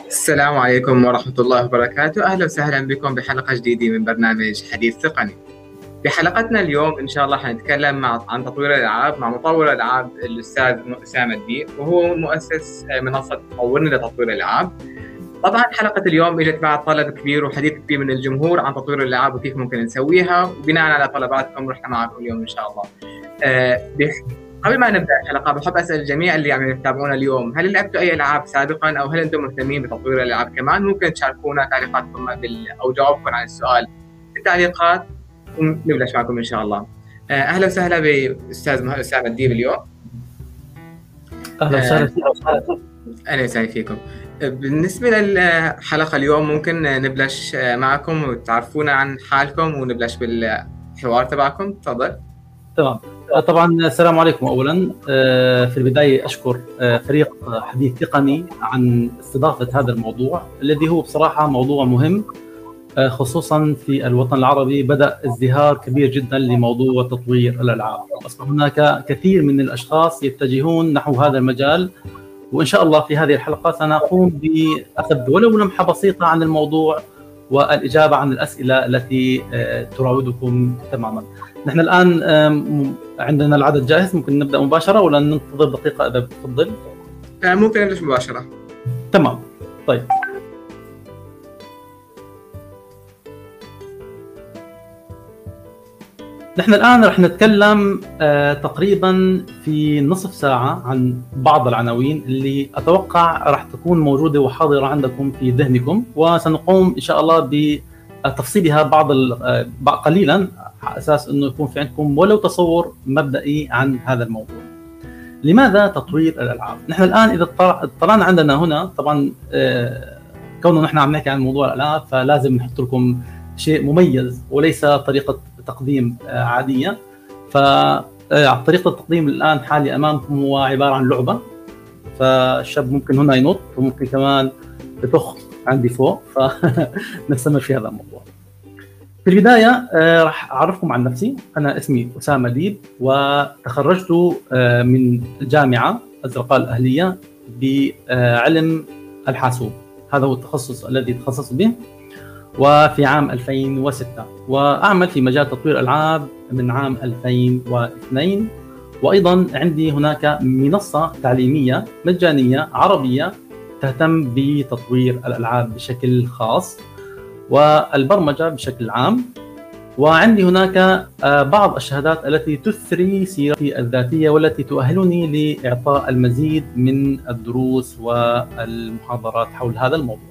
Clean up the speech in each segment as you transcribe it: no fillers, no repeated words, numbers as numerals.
السلام عليكم ورحمة الله وبركاته. أهلا وسهلا بكم بحلقة جديدة من برنامج حديث تقني. بحلقتنا اليوم إن شاء الله حنتكلم عن تطوير الألعاب مع مطور الألعاب الأستاذ أسامة الديب، وهو مؤسس منصة تطورني لتطوير الألعاب. طبعا حلقة اليوم اجت بعد طلب كبير وحديث كبير من الجمهور عن تطوير الألعاب وكيف ممكن نسويها، وبناء على طلباتكم رحنا معكم اليوم إن شاء الله. قبل ما نبدأ الحلقة بحب أسأل الجميع اللي عم يتابعونا اليوم، هل لعبتوا أي ألعاب سابقا أو هل أنتم مهتمين بتطوير الألعاب كمان؟ ممكن تشاركونا تعليقاتكم أو جوابكم عن السؤال في التعليقات ونبلش معكم إن شاء الله. أهلا وسهلا بأستاذ أسامة الديب اليوم. أهلا وسهلا أهلا وسهلا فيكم. بالنسبة للحلقة اليوم ممكن نبلش معكم وتعرفونا عن حالكم ونبلش بالحوار تبعكم. تفضل. تمام. طبعا السلام عليكم. اولا في البدايه اشكر فريق حديث تقني عن استضافه هذا الموضوع الذي هو بصراحه موضوع مهم، خصوصا في الوطن العربي بدا ازدهار كبير جدا لموضوع تطوير الالعاب، اصبح هناك كثير من الاشخاص يتجهون نحو هذا المجال، وان شاء الله في هذه الحلقه سنقوم باخذ ولو لمحه بسيطه عن الموضوع والاجابه عن الاسئله التي تراودكم تماما. نحن الآن عندنا العدد جاهز، ممكن نبدأ مباشرة ولا ننتظر دقيقة إذا بتفضل؟ ممكن نبدأ مباشرة. تمام. طيب. نحن الآن رح نتكلم تقريبا في نصف ساعة عن بعض العناوين اللي أتوقع رح تكون موجودة وحاضرة عندكم في ذهنكم، وسنقوم إن شاء الله بتفصيلها قليلا على اساس انه يكون في عندكم ولو تصور مبدئي عن هذا الموضوع. لماذا تطوير الالعاب؟ نحن الان اذا اطلعنا عندنا هنا طبعا كونه نحن عم نحكي عن موضوع الالعاب فلازم نحط لكم شيء مميز وليس طريقه تقديم عاديه. فطريقه التقديم الان حالي امامكم هو عباره عن لعبه، فالشاب ممكن هنا ينط وممكن كمان يطخ عندي فوق، فنستمر في هذا الموضوع. في البداية راح أعرفكم عن نفسي. أنا اسمي أسامة ديب، وتخرجت من جامعة الزرقاء الأهلية بعلم الحاسوب، هذا هو التخصص الذي تخصصت به، وفي عام 2006، وأعمل في مجال تطوير الألعاب من عام 2002. وأيضا عندي هناك منصة تعليمية مجانية عربية تهتم بتطوير الألعاب بشكل خاص والبرمجة بشكل عام، وعندي هناك بعض الشهادات التي تثري سيرتي الذاتية والتي تؤهلني لإعطاء المزيد من الدروس والمحاضرات حول هذا الموضوع.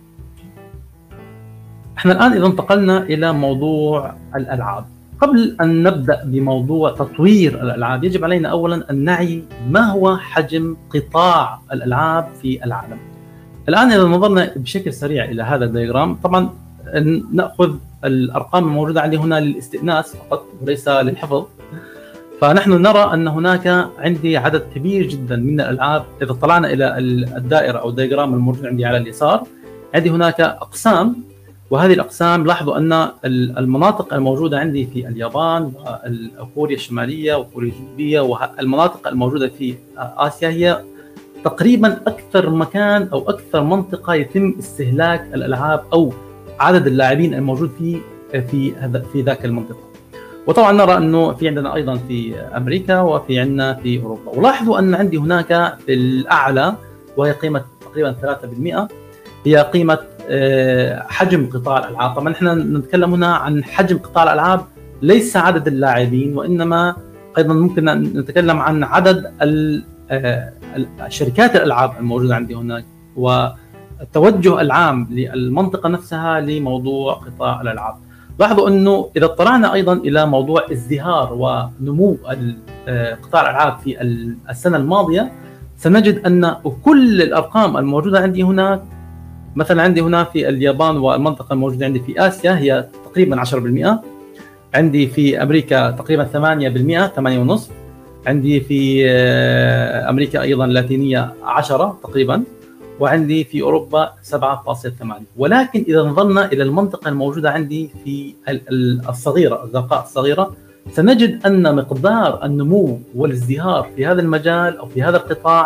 احنا الآن إذا انتقلنا إلى موضوع الألعاب، قبل أن نبدأ بموضوع تطوير الألعاب يجب علينا أولا أن نعي ما هو حجم قطاع الألعاب في العالم. الآن إذا نظرنا بشكل سريع إلى هذا الدياجرام، طبعا نأخذ الأرقام الموجودة عندي هنا للاستئناس فقط وليس للحفظ، فنحن نرى أن هناك عندي عدد كبير جدا من الألعاب. إذا طلعنا إلى الدائرة أو الدياجرام الموجود عندي على اليسار، عندي هناك أقسام، وهذه الأقسام لاحظوا أن المناطق الموجودة عندي في اليابان وكوريا الشمالية وكوريا الجنوبية والمناطق الموجودة في آسيا هي تقريبا أكثر مكان أو أكثر منطقة يتم استهلاك الألعاب أو عدد اللاعبين الموجود في ذاك المنطقة. وطبعا نرى أنه في عندنا أيضا في أمريكا وفي عندنا في أوروبا. ولاحظوا أن عندي هناك في الأعلى وهي قيمة تقريبا 3%، هي قيمة حجم قطاع الألعاب. طبعا نحن نتكلم هنا عن حجم قطاع الألعاب ليس عدد اللاعبين، وإنما أيضا ممكن نتكلم عن عدد شركات الألعاب الموجودة عندي هناك، والتوجه العام للمنطقة نفسها لموضوع قطاع الألعاب. لاحظوا أنه إذا اطلعنا أيضا إلى موضوع ازدهار ونمو قطاع الألعاب في السنة الماضية، سنجد أن كل الأرقام الموجودة عندي هناك، مثلا عندي هنا في اليابان والمنطقة الموجودة عندي في آسيا هي تقريبا 10%، عندي في أمريكا تقريبا 8%، 8.5%، عندي في أمريكا أيضا اللاتينية 10 تقريبا، وعندي في أوروبا 7.8. ولكن إذا نظرنا إلى المنطقة الموجودة عندي في الصغيرة الزرقاء الصغيرة، سنجد أن مقدار النمو والازدهار في هذا المجال أو في هذا القطاع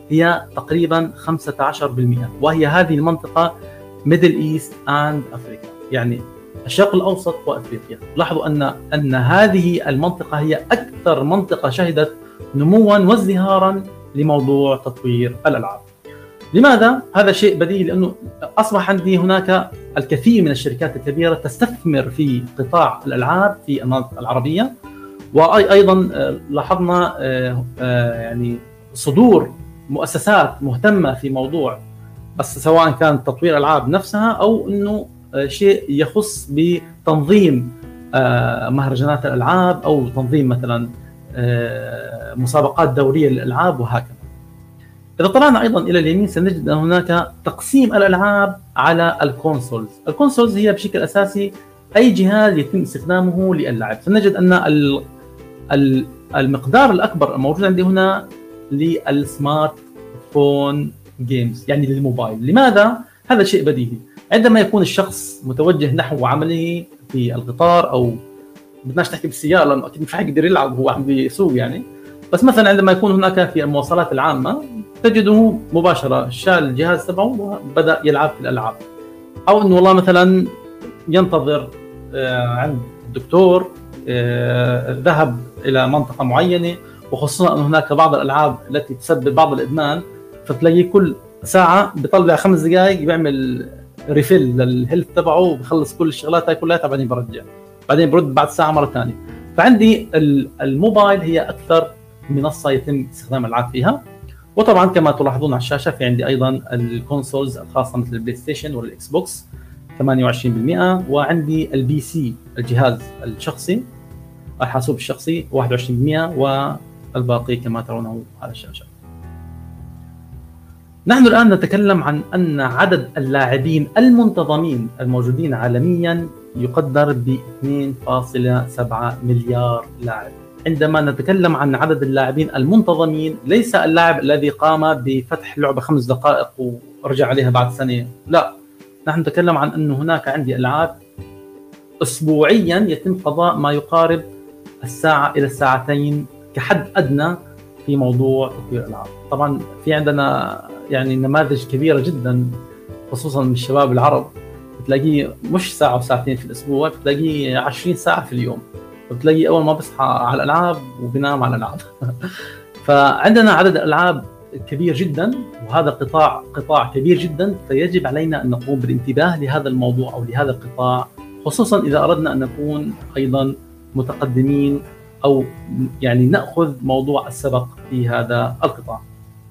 هي تقريبا 15%، وهي هذه المنطقة ميدل ايست اند افريقيا، يعني الشرق الاوسط وافريقيا. لاحظوا ان هذه المنطقة هي اكثر منطقة شهدت نموا وازدهارا لموضوع تطوير الالعاب. لماذا؟ هذا شيء بديهي، لانه اصبح عندي هناك الكثير من الشركات الكبيرة تستثمر في قطاع الالعاب في المناطق العربية، وايضا لاحظنا يعني صدور مؤسسات مهتمة في موضوع، بس سواء كان تطوير الالعاب نفسها او انه شيء يخص بتنظيم مهرجانات الالعاب او تنظيم مثلا مسابقات دورية للالعاب وهكذا. إذا طلعنا أيضا إلى اليمين سنجد أن هناك تقسيم الألعاب على الكونسولز. الكونسولز هي بشكل أساسي أي جهاز يتم استخدامه للعب. سنجد أن المقدار الأكبر الموجود عندي هنا للسمارت فون جيمز، يعني للموبايل. لماذا؟ هذا شيء بديهي. عندما يكون الشخص متوجه نحو عمله في القطار أو بدناش تحكي بالسيارة لأنه أكيد مش حيقدر يلعب هو عم بيسوق يعني، بس مثلا عندما يكون هناك في المواصلات العامة تجده مباشرة شال الجهاز تبعه وبدأ يلعب في الألعاب، أو إنه والله مثلا ينتظر عند الدكتور، ذهب إلى منطقة معينة، وخصوصا أن هناك بعض الألعاب التي تسبب بعض الإدمان، فتلاقيه كل ساعة بيطلع 5 دقائق بيعمل ريفيل للهيلث تبعه وبخلص كل الشغلات هاي كلها، بعدين برجع، بعدين برد بعد ساعة مرة ثانية. فعندي الموبايل هي أكثر منصة يتم استخدام الألعاب فيها. وطبعا كما تلاحظون على الشاشة في عندي أيضا الكونسولز الخاصة مثل البلاي ستيشن والإكس بوكس 28%، وعندي البي سي الجهاز الشخصي الحاسوب الشخصي 21%، والباقي كما ترونه على الشاشة. نحن الآن نتكلم عن أن عدد اللاعبين المنتظمين الموجودين عالميا يقدر ب 2.7 مليار لاعب. عندما نتكلم عن عدد اللاعبين المنتظمين ليس اللاعب الذي قام بفتح لعبة 5 دقائق ورجع عليها بعد سنة، لا، نحن نتكلم عن أنه هناك عندي ألعاب أسبوعيا يتم قضاء ما يقارب الساعة إلى الساعتين كحد أدنى في موضوع تطوير الألعاب. طبعا في عندنا يعني نماذج كبيرة جدا خصوصا من الشباب العرب، بتلاقيه مش ساعة وساعتين في الأسبوع، بتلاقيه 20 ساعة في اليوم، وبتلاقيه أول ما بصحى على الألعاب وبنام على الألعاب. فعندنا عدد الألعاب كبير جدا، وهذا قطاع كبير جدا، فيجب علينا أن نقوم بالانتباه لهذا الموضوع أو لهذا القطاع، خصوصا إذا أردنا أن نكون أيضا متقدمين أو يعني نأخذ موضوع السبق في هذا القطاع.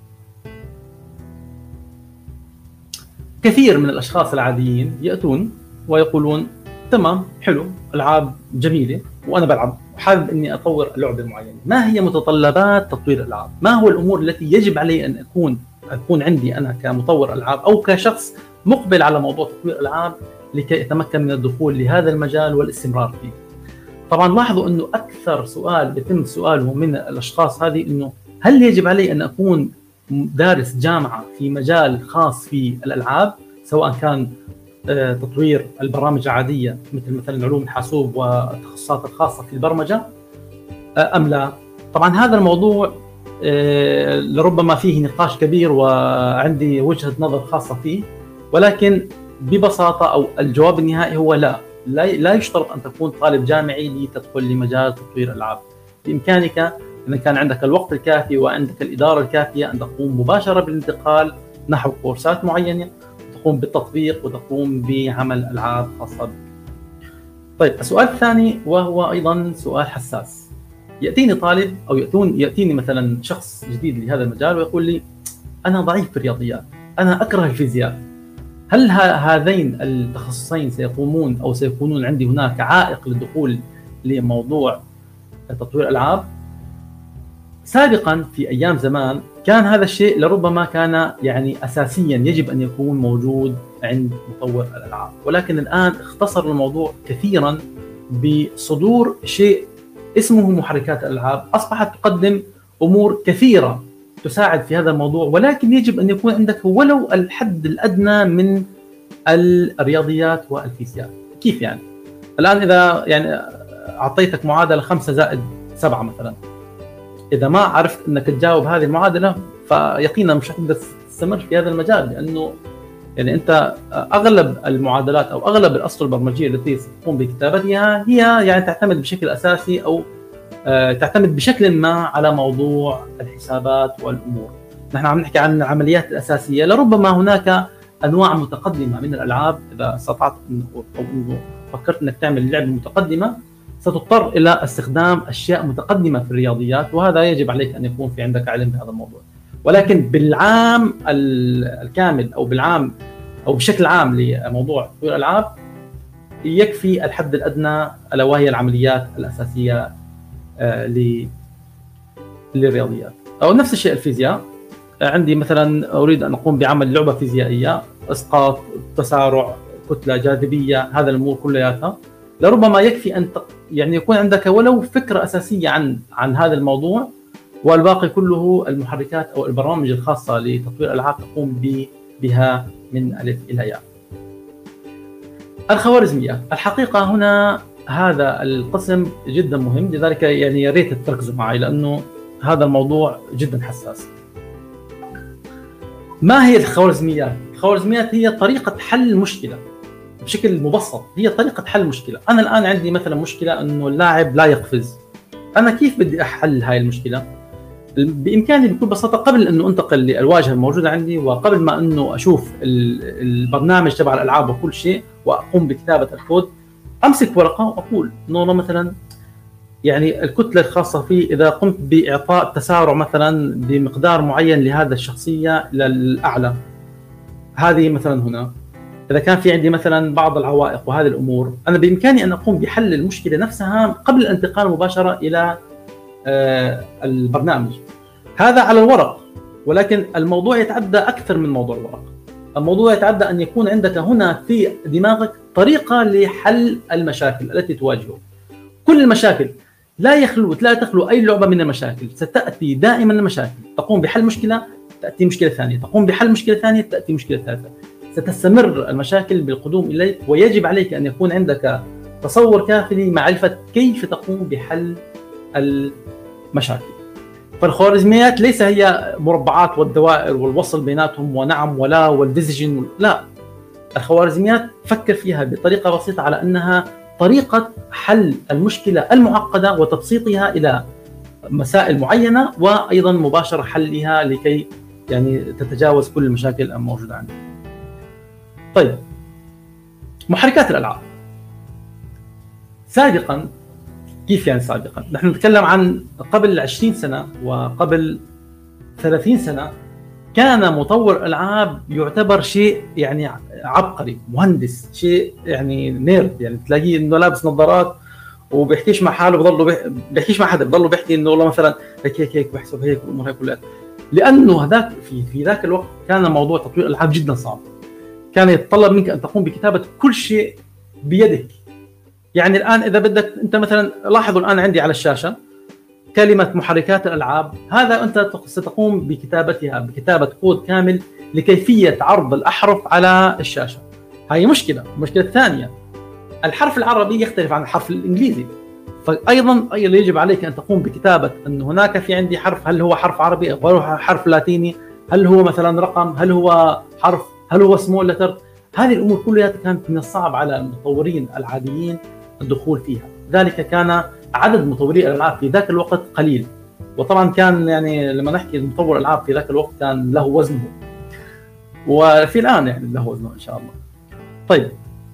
كثير من الأشخاص العاديين يأتون ويقولون تمام، حلو، ألعاب جميلة وأنا بلعب وحابب أني أطور لعبة معينة. ما هي متطلبات تطوير الألعاب؟ ما هو الأمور التي يجب علي أن أكون عندي أنا كمطور ألعاب أو كشخص مقبل على موضوع تطوير الألعاب لكي أتمكن من الدخول لهذا المجال والاستمرار فيه؟ طبعا لاحظوا أنه أكثر سؤال يتم سؤاله من الأشخاص هذه أنه هل يجب علي أن أكون دارس جامعة في مجال خاص في الألعاب، سواء كان تطوير البرامج العادية مثل علوم الحاسوب والتخصصات الخاصة في البرمجة أم لا؟ طبعا هذا الموضوع لربما فيه نقاش كبير وعندي وجهة نظر خاصة فيه، ولكن ببساطة أو الجواب النهائي هو لا يشترط أن تكون طالب جامعي لتدخل لمجال تطوير الألعاب. بإمكانك إذا كان عندك الوقت الكافي وعندك الإدارة الكافية أن تقوم مباشرة بالانتقال نحو كورسات معينة، تقوم بالتطبيق وتقوم بعمل ألعاب خاصة بك. طيب السؤال الثاني وهو أيضا سؤال حساس. يأتيني طالب أو يأتيني مثلا شخص جديد لهذا المجال ويقول لي أنا ضعيف في الرياضيات، أنا أكره الفيزياء، هل هذين التخصصين سيكونون عندي هناك عائق للدخول لموضوع تطوير ألعاب؟ سابقا في أيام زمان كان هذا الشيء لربما كان يعني أساسيا يجب أن يكون موجود عند مطور الألعاب، ولكن الآن اختصر الموضوع كثيرا بصدور شيء اسمه محركات الألعاب، أصبحت تقدم أمور كثيرة تساعد في هذا الموضوع، ولكن يجب أن يكون عندك ولو الحد الأدنى من الرياضيات والفيزياء. كيف يعني؟ الآن إذا يعني أعطيتك معادلة 5 زائد 7 مثلا، إذا ما عرفت أنك تجاوب هذه المعادلة فيقينا مش هتقدر تستمر في هذا المجال، لانه يعني انت اغلب المعادلات او اغلب الاسطر البرمجيه التي تقوم بكتابتها هي يعني تعتمد بشكل اساسي او تعتمد بشكل ما على موضوع الحسابات والامور. نحن عم نحكي عن العمليات الاساسيه، لربما هناك انواع متقدمه من الالعاب اذا استطعت او انه فكرت انك تعمل لعبه متقدمه ستضطر الى استخدام اشياء متقدمه في الرياضيات، وهذا يجب عليك ان يكون في عندك علم بهذا الموضوع. ولكن بالعام الكامل او بالعام او بشكل عام لموضوع تطوير الالعاب يكفي الحد الادنى الا وهي العمليات الاساسيه للرياضيات. او نفس الشيء الفيزياء، عندي مثلا اريد ان اقوم بعمل لعبه فيزيائيه، اسقاط، تسارع، كتله، جاذبيه، هذا الامور كلياتها لربما يكفي ان يعني يكون عندك ولو فكره اساسيه عن هذا الموضوع، والباقي كله المحركات او البرامج الخاصه لتطوير الالعاب تقوم بها من الف الى ياء. الخوارزميات، الحقيقه هنا هذا القسم جدا مهم، لذلك يعني يا ريت تركزوا معي لانه هذا الموضوع جدا حساس. ما هي الخوارزميات؟ الخوارزميات هي طريقه حل مشكله بشكل مبسط، هي طريقه حل مشكله. انا الان عندي مثلا مشكله انه اللاعب لا يقفز، انا كيف بدي احل هاي المشكله؟ بامكاني بكل بساطه قبل انه انتقل للواجهه الموجوده عندي، وقبل ما انه اشوف البرنامج تبع الالعاب وكل شيء واقوم بكتابه الكود، امسك ورقه واقول انه مثلا يعني الكتله الخاصه فيه اذا قمت باعطاء تسارع مثلا بمقدار معين لهذا الشخصيه للاعلى، هذه مثلا هنا اذا كان في عندي مثلا بعض العوائق وهذه الامور، انا بامكاني ان اقوم بحل المشكله نفسها قبل الانتقال مباشره الى البرنامج. هذا على الورق، ولكن الموضوع يتعدى اكثر من موضوع الورق. الموضوع يتعدى ان يكون عندك هنا في دماغك طريقه لحل المشاكل التي تواجهك. كل المشاكل لا تخلو اي لعبه من المشاكل، ستاتي دائما المشاكل، تقوم بحل مشكله تاتي مشكله ثانيه، تقوم بحل مشكله ثانيه تاتي مشكله ثالثه، ستستمر المشاكل بالقدوم اليك، ويجب عليك ان يكون عندك تصور كافي لمعرفه كيف تقوم بحل المشاكل. فالخوارزميات ليس هي مربعات والدوائر والوصل بيناتهم ونعم ولا والديسيجن، لا، الخوارزميات فكر فيها بطريقه بسيطه على انها طريقه حل المشكله المعقده وتبسيطها الى مسائل معينه، وايضا مباشره حلها لكي يعني تتجاوز كل المشاكل الموجوده عندك. طيب، محركات الالعاب سابقا، كيف يعني سابقا؟ نحن نتكلم عن قبل 20 سنه وقبل 30 سنه كان مطور العاب يعتبر شيء يعني عبقري، مهندس، شيء يعني نيرد، يعني تلاقيه انه لابس نظارات وبيحكيش مع حاله، بيحكيش مع حدا، بضله بيحكي انه والله مثلا هيك بحسب هيك والامور هيك كلها، لانه هذاك في ذاك الوقت كان موضوع تطوير الالعاب جدا صعب، كان يتطلب منك ان تقوم بكتابه كل شيء بيدك. يعني الان اذا بدك انت مثلا، لاحظوا الان عندي على الشاشه كلمه محركات الالعاب، هذا انت ستقوم بكتابتها بكتابه كود كامل لكيفيه عرض الاحرف على الشاشه. هاي مشكله. المشكله الثانيه، الحرف العربي يختلف عن الحرف الانجليزي، فايضا يجب عليك ان تقوم بكتابه ان هناك في عندي حرف، هل هو حرف عربي او حرف لاتيني، هل هو مثلا رقم، هل هو حرف، هل هو سمول لتر. هذه الامور كلها كانت من الصعب على المطورين العاديين الدخول فيها، ذلك كان عدد مطوري الالعاب في ذاك الوقت قليل، وطبعا كان يعني لما نحكي مطور العاب في ذاك الوقت كان له وزنه، وفي الان يعني له وزنه ان شاء الله. طيب،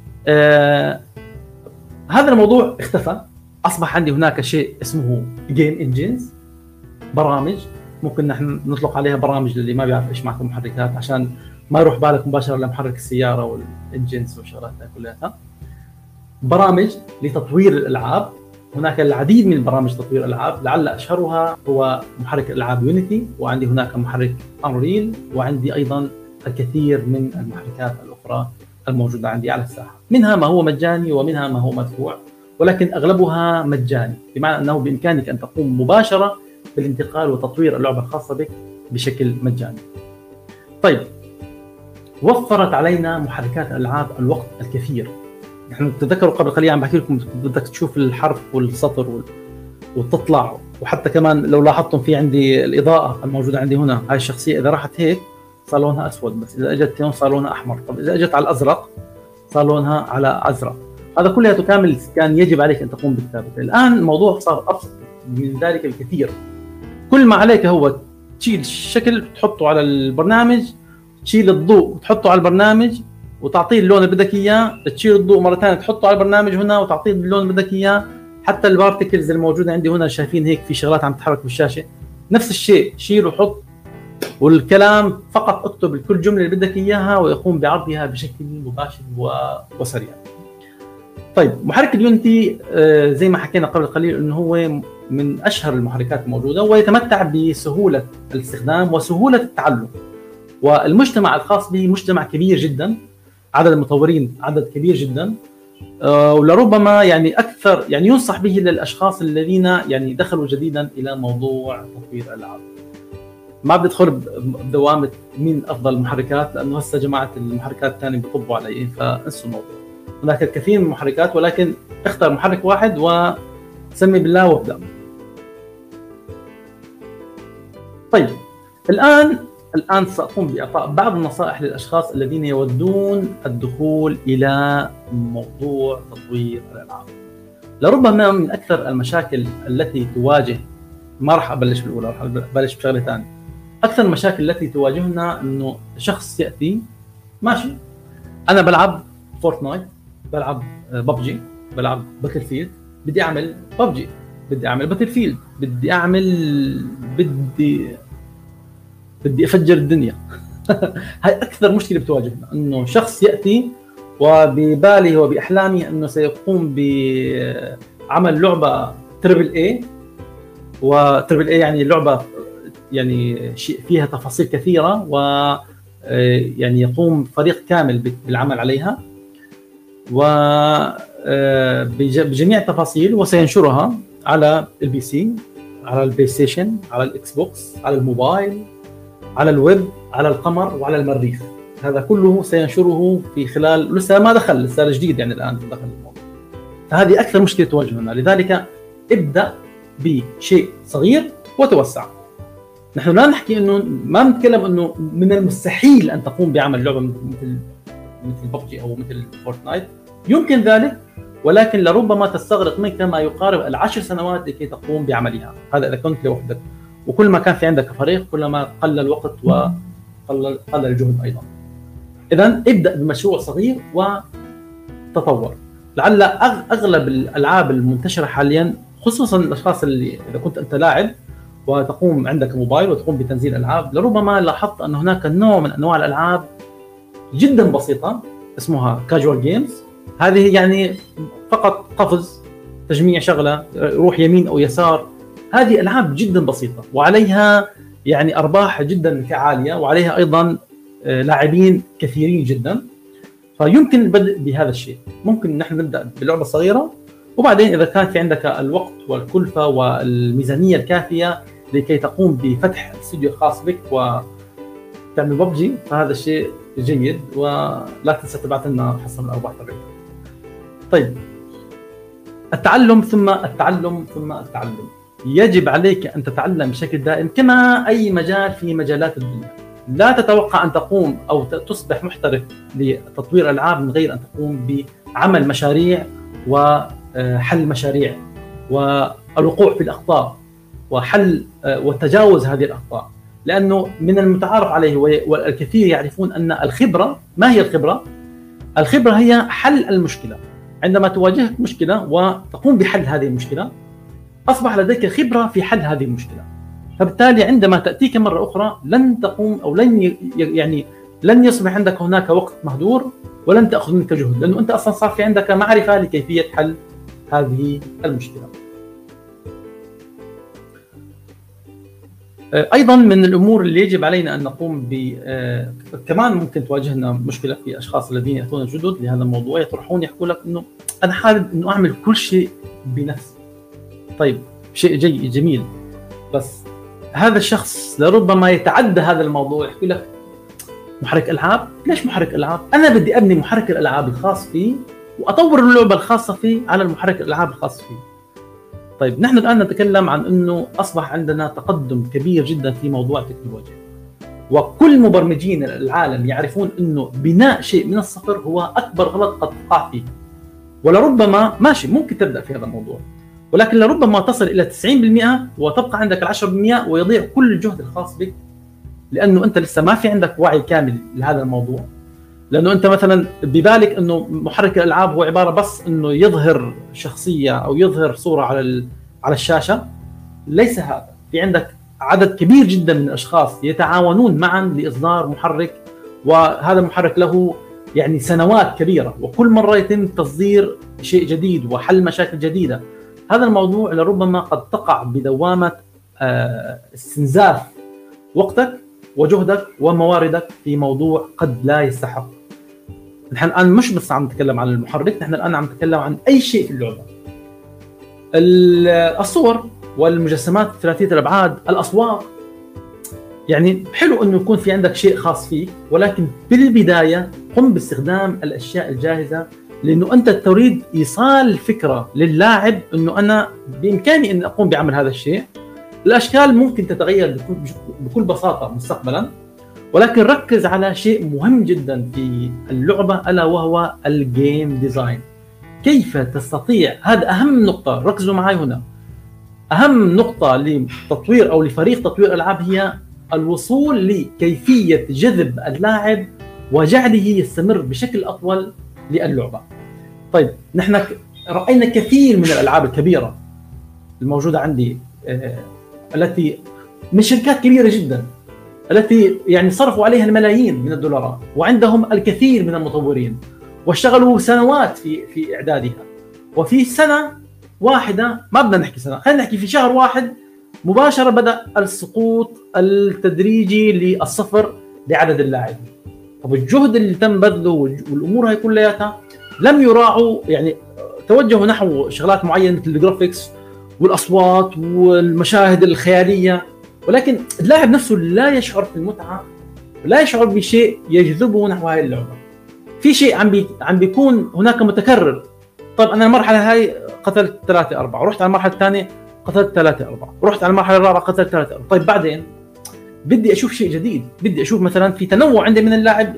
هذا الموضوع اختفى، اصبح عندي هناك شيء اسمه جيم انجينز، برامج ممكن نحن نطلق عليها برامج للي ما بيعرف ايش معنى محركات، عشان ما يروح بالك مباشره لمحرك السياره والانجينز والشغلات كلها. برامج لتطوير الالعاب، هناك العديد من برامج تطوير الالعاب، لعل اشهرها هو محرك الالعاب يونيتي، وعندي هناك محرك انريل، وعندي ايضا الكثير من المحركات الاخرى الموجوده عندي على الساحه، منها ما هو مجاني ومنها ما هو مدفوع، ولكن اغلبها مجاني، بمعنى انه بامكانك ان تقوم مباشره بالانتقال وتطوير اللعبه الخاصه بك بشكل مجاني. طيب، وفرت علينا محركات الالعاب الوقت الكثير. نحن تذكروا قبل قليل عم بحكي لكم بدك تشوف الحرف والسطر وتطلع وحتى كمان لو لاحظتم في عندي الاضاءه الموجوده عندي هنا، هاي الشخصيه اذا راحت هيك صار لونها اسود، بس اذا اجت هون صار لونها احمر، طب اذا اجت على الازرق صار لونها على ازرق. هذا كلها كامل كان يجب عليك ان تقوم بكتابته. الان الموضوع صار ابسط من ذلك الكثير. كل ما عليك هو تشيل الشكل تحطه على البرنامج، تشيل الضوء وتحطه على البرنامج وتعطيه اللون اللي بدك اياه، تشيل الضوء مره ثانيه تحطه على البرنامج هنا وتعطيه اللون اللي بدك اياه. حتى البارتكلز الموجوده عندي هنا شايفين هيك في شغلات عم تتحرك بالشاشه، نفس الشيء شيل وحط، والكلام فقط اكتب كل جمله اللي بدك اياها ويقوم بعرضها بشكل مباشر وسريع. طيب محرك اليونتي زي ما حكينا قبل قليل انه هو من اشهر المحركات الموجوده، ويتمتع بسهوله الاستخدام وسهوله التعلم، والمجتمع الخاص به مجتمع كبير جدا، عدد المطورين عدد كبير جدا، ولربما يعني اكثر يعني ينصح به للاشخاص الذين يعني دخلوا جديدا الى موضوع تطوير الالعاب. ما بدي ادخل بدوامه مين افضل المحركات، لانه هسه جماعه المحركات الثانيه بيطبوا علي، فانسوا الموضوع. هناك الكثير من المحركات، ولكن اختر محرك واحد وسمي بالله وابدا. طيب الان ساقوم باعطاء بعض النصائح للاشخاص الذين يودون الدخول الى موضوع تطوير الالعاب. لربما من اكثر المشاكل التي تواجه، ما راح ابلش بالاولى، راح ابلش بشغله ثانيه. اكثر المشاكل التي تواجهنا انه شخص ياتي ماشي، انا بلعب فورتنايت، بلعب ببجي، بلعب باتل فيلد، بدي اعمل ببجي، بدي اعمل باتل فيلد، بدي افجر الدنيا. هاي اكثر مشكله بتواجهنا، انه شخص ياتي وبباله وباحلامه انه سيقوم بعمل لعبه تربل اي، وتربل اي يعني لعبه يعني فيها تفاصيل كثيره، و يعني يقوم فريق كامل بالعمل عليها وبجميع التفاصيل، وسينشرها على البي سي، على البلاي ستيشن، على الاكس بوكس، على الموبايل، على الويب، على القمر، وعلى المريخ. هذا كله سينشره في خلال، لسه ما دخل، لسه جديد يعني الان دخل الموضوع. فهذه اكثر مشكله تواجهنا، لذلك ابدا بشيء صغير وتوسع. نحن لا نحكي انه، ما نتكلم انه من المستحيل ان تقوم بعمل لعبه مثل ببجي او مثل فورتنايت، يمكن ذلك، ولكن لربما تستغرق منك ما يقارب 10 سنوات لكي تقوم بعملها. هذا اذا كنت لوحدك، وكل ما كان في عندك فريق كل ما قل الوقت وقل الجهد ايضا. اذا ابدا بمشروع صغير وتطور. لعل اغلب الالعاب المنتشره حاليا، خصوصا الاشخاص اللي اذا كنت انت لاعب وتقوم عندك موبايل وتقوم بتنزيل العاب، لربما لاحظت ان هناك نوع من انواع الالعاب جدا بسيطه اسمها كاجوال جيمز. هذه يعني فقط قفز، تجميع شغله، روح يمين او يسار. هذه العاب جدا بسيطه وعليها يعني ارباح جدا عاليه، وعليها ايضا لاعبين كثيرين جدا. فيمكن البدء بهذا الشيء. ممكن نحن نبدا بلعبه صغيره، وبعدين اذا كان في عندك الوقت والكلفه والميزانيه الكافيه لكي تقوم بفتح استوديو خاص بك وتعمل ببجي، فهذا الشيء جيد، ولا تنسى تبعث لنا حصه من الارباح تبعتك. طيب، التعلم ثم التعلم ثم التعلم. يجب عليك ان تتعلم بشكل دائم كما اي مجال في مجالات الدنيا. لا تتوقع ان تقوم او تصبح محترف لتطوير العاب من غير ان تقوم بعمل مشاريع وحل مشاريع والوقوع في الاخطاء وحل وتجاوز هذه الاخطاء. لانه من المتعارف عليه والكثير يعرفون ان الخبره، ما هي الخبره؟ الخبره هي حل المشكله. عندما تواجهك مشكله وتقوم بحل هذه المشكله، اصبح لديك خبره في حل هذه المشكله. فبالتالي عندما تاتيك مره اخرى لن تقوم او لن يصبح عندك هناك وقت مهدور، ولن تاخذ منك جهد، لانه انت اصلا صار في عندك معرفه لكيفيه حل هذه المشكله. ايضا من الامور اللي يجب علينا ان نقوم كمان ممكن تواجهنا مشكله في اشخاص الذين ياتون جدد لهذا الموضوع، يطرحون يحكوا لك انه انا حابب انه اعمل كل شيء بنفسي. طيب، شيء جميل، بس هذا الشخص لربما يتعدى هذا الموضوع، يحكي لك محرك العاب؟ ليش محرك العاب؟ انا بدي ابني محرك الالعاب الخاص فيه واطور اللعبه الخاصه فيه على المحرك الالعاب الخاص فيه. طيب نحن الان نتكلم عن انه اصبح عندنا تقدم كبير جدا في موضوع التكنولوجيا، وكل مبرمجين العالم يعرفون انه بناء شيء من الصفر هو اكبر غلط قد تقع فيه. ولربما ماشي ممكن تبدا في هذا الموضوع، ولكن لربما تصل الى 90% وتبقى عندك 10% ويضيع كل الجهد الخاص بك، لانه انت لسه ما في عندك وعي كامل لهذا الموضوع. لانه انت مثلا ببالك انه محرك الالعاب هو عباره بس انه يظهر شخصيه او يظهر صوره على الشاشه. ليس هذا، في عندك عدد كبير جدا من الاشخاص يتعاونون معا لاصدار محرك، وهذا المحرك له يعني سنوات كبيره، وكل مره يتم تصدير شيء جديد وحل مشاكل جديده. هذا الموضوع لربما قد تقع بدوامه استنزاف وقتك وجهدك ومواردك في موضوع قد لا يستحق. نحن الان مش بس عم نتكلم عن المحرك، نحن الان عم نتكلم عن اي شيء في اللعبه. الصور والمجسمات ثلاثيه الابعاد، الاصوات، يعني حلو انه يكون في عندك شيء خاص فيك، ولكن بالبدايه قم باستخدام الاشياء الجاهزه، لانه انت تريد ايصال فكره للاعب انه انا بامكاني ان اقوم بعمل هذا الشيء. الاشكال ممكن تتغير بكل بساطه مستقبلا، ولكن ركز على شيء مهم جدا في اللعبه، الا وهو الجيم ديزاين. كيف تستطيع، هذا اهم نقطه، ركزوا معي هنا. اهم نقطه لتطوير او لفريق تطوير العاب هي الوصول لكيفيه جذب اللاعب وجعله يستمر بشكل اطول للعبه. طيب نحن راينا كثير من الالعاب الكبيره الموجوده عندي، التي من شركات كبيره جدا، التي يعني صرفوا عليها الملايين من الدولارات، وعندهم الكثير من المطورين، واشتغلوا سنوات في اعدادها، وفي سنه واحده، ما بدنا نحكي سنه، خلينا نحكي في شهر واحد مباشره بدا السقوط التدريجي للصفر لعدد اللاعبين. طب الجهد اللي تم بذله والامور هاي كلياتها لم يراعوا، يعني توجهوا نحو شغلات معينه مثل الجرافيكس والاصوات والمشاهد الخياليه، ولكن اللاعب نفسه لا يشعر بالمتعه، لا يشعر بشيء يجذبه نحو هذه اللعبه. في شيء عم بيكون هناك متكرر. طيب انا المرحله هاي قتلت 3 4، رحت على المرحله الثانيه قتلت 3 4، رحت على المرحله الرابعه قتلت 3 4. طيب بعدين بدي اشوف شيء جديد، بدي اشوف مثلا في تنوع عندي من اللاعب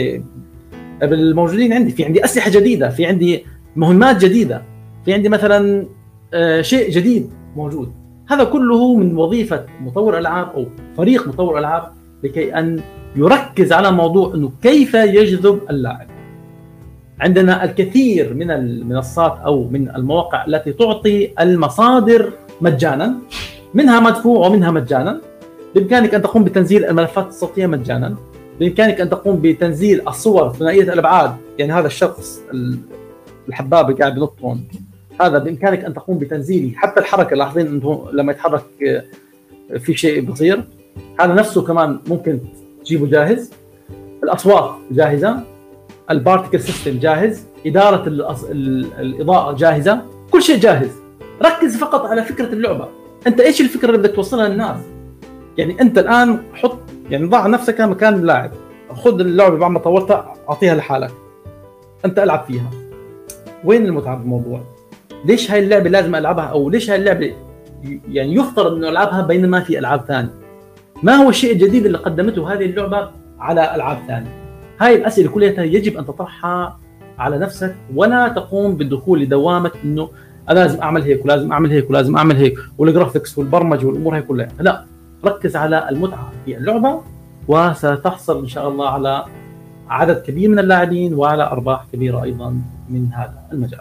بالموجودين عندي، في عندي اسلحه جديده، في عندي مهمات جديده، في عندي مثلا شيء جديد موجود. هذا كله من وظيفه مطور العاب او فريق مطور العاب، لكي ان يركز على موضوع انه كيف يجذب اللاعب. عندنا الكثير من المنصات او من المواقع التي تعطي المصادر مجانا، منها مدفوع ومنها مجانا. بامكانك ان تقوم بتنزيل الملفات الصوتيه مجانا، بامكانك ان تقوم بتنزيل الصور ثنائيه الابعاد، يعني هذا الشخص الحباب اللي قاعد بنط، هذا بامكانك ان تقوم بتنزيله، حتى الحركه لاحظين انه لما يتحرك في شيء بصير، هذا نفسه كمان ممكن تجيبه جاهز. الاصوات جاهزه، البارتيكل سيستم جاهز، اداره الاضاءه جاهزه، كل شيء جاهز. ركز فقط على فكره اللعبه، انت ايش الفكره اللي بدك توصلها للناس. يعني انت الان حط، يعني ضع نفسك مكان اللاعب، خذ اللعبه بعد ما طورتها اعطيها لحالك، انت العب فيها. وين المتعه بالموضوع؟ ليش هاي اللعبه لازم العبها، او ليش هاي اللعبه يعني يفترض انه العبها بينما في العاب ثانيه؟ ما هو الشيء الجديد اللي قدمته هذه اللعبه على العاب ثانيه؟ هاي الاسئله كلها يجب ان تطرحها على نفسك، ولا تقوم بالدخول لدوامه انه انا لازم اعمل هيك ولازم اعمل هيك ولازم اعمل هيك، والجرافيكس والبرمجه والامور هاي كلها. لا، ركز على المتعه في اللعبه، وستحصل ان شاء الله على عدد كبير من اللاعبين وعلى ارباح كبيره ايضا من هذا المجال.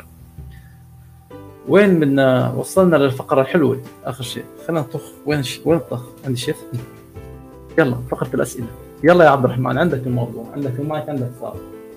وين بدنا وصلنا للفقره الحلوه اخر شيء؟ خلينا نطخ. وين الطخ؟ عندي شيف. يلا فقره الاسئله. يلا يا عبد الرحمن، عندك الموضوع، عندك المايك، عندك صار.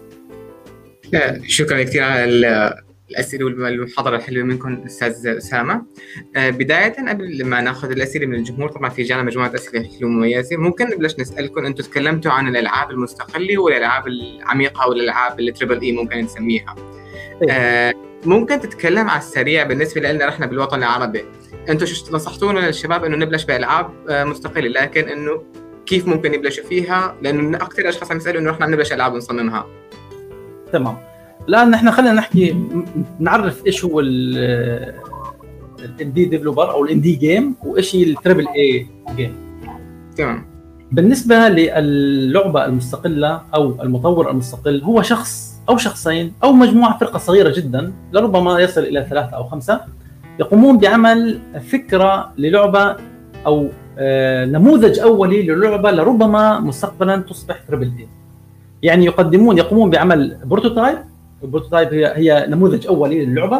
شكرا كثير على الاسئله والمحاضره الحلوه منكم استاذ اسامه. بدايه قبل ما ناخذ الاسئله من الجمهور، طبعا في جانا مجموعه اسئله حلوه مميزه، ممكن نبلش نسالكم، انتم تكلمتوا عن الالعاب المستقله والالعاب العميقه والالعاب اللي تريبل اي ممكن نسميها. ممكن تتكلم على السريع بالنسبه لنا احنا بالوطن العربي، انتم شو نصحتونا للشباب انه نبلش بالعاب مستقله، لكن انه كيف ممكن يبلشوا فيها؟ لانه اكثر اشخاص عم يسالوا انه احنا نبلش العاب ونصممها. تمام. الان نحن خلينا نحكي، نعرف ايش هو الاندي ديفلوبر او الاندي جيم، وشيء التريبل اي جيم. تمام. بالنسبه للعبه المستقله او المطور المستقل، هو شخص او شخصين او مجموعه، فرقه صغيره جدا لربما يصل الى 3 أو 5 يقومون بعمل فكره للعبه او نموذج اولي للعبه لربما مستقبلا تصبح تريبل اي. يعني يقومون بعمل بروتوتايب. البروتوتايب هي نموذج اولي للعبه.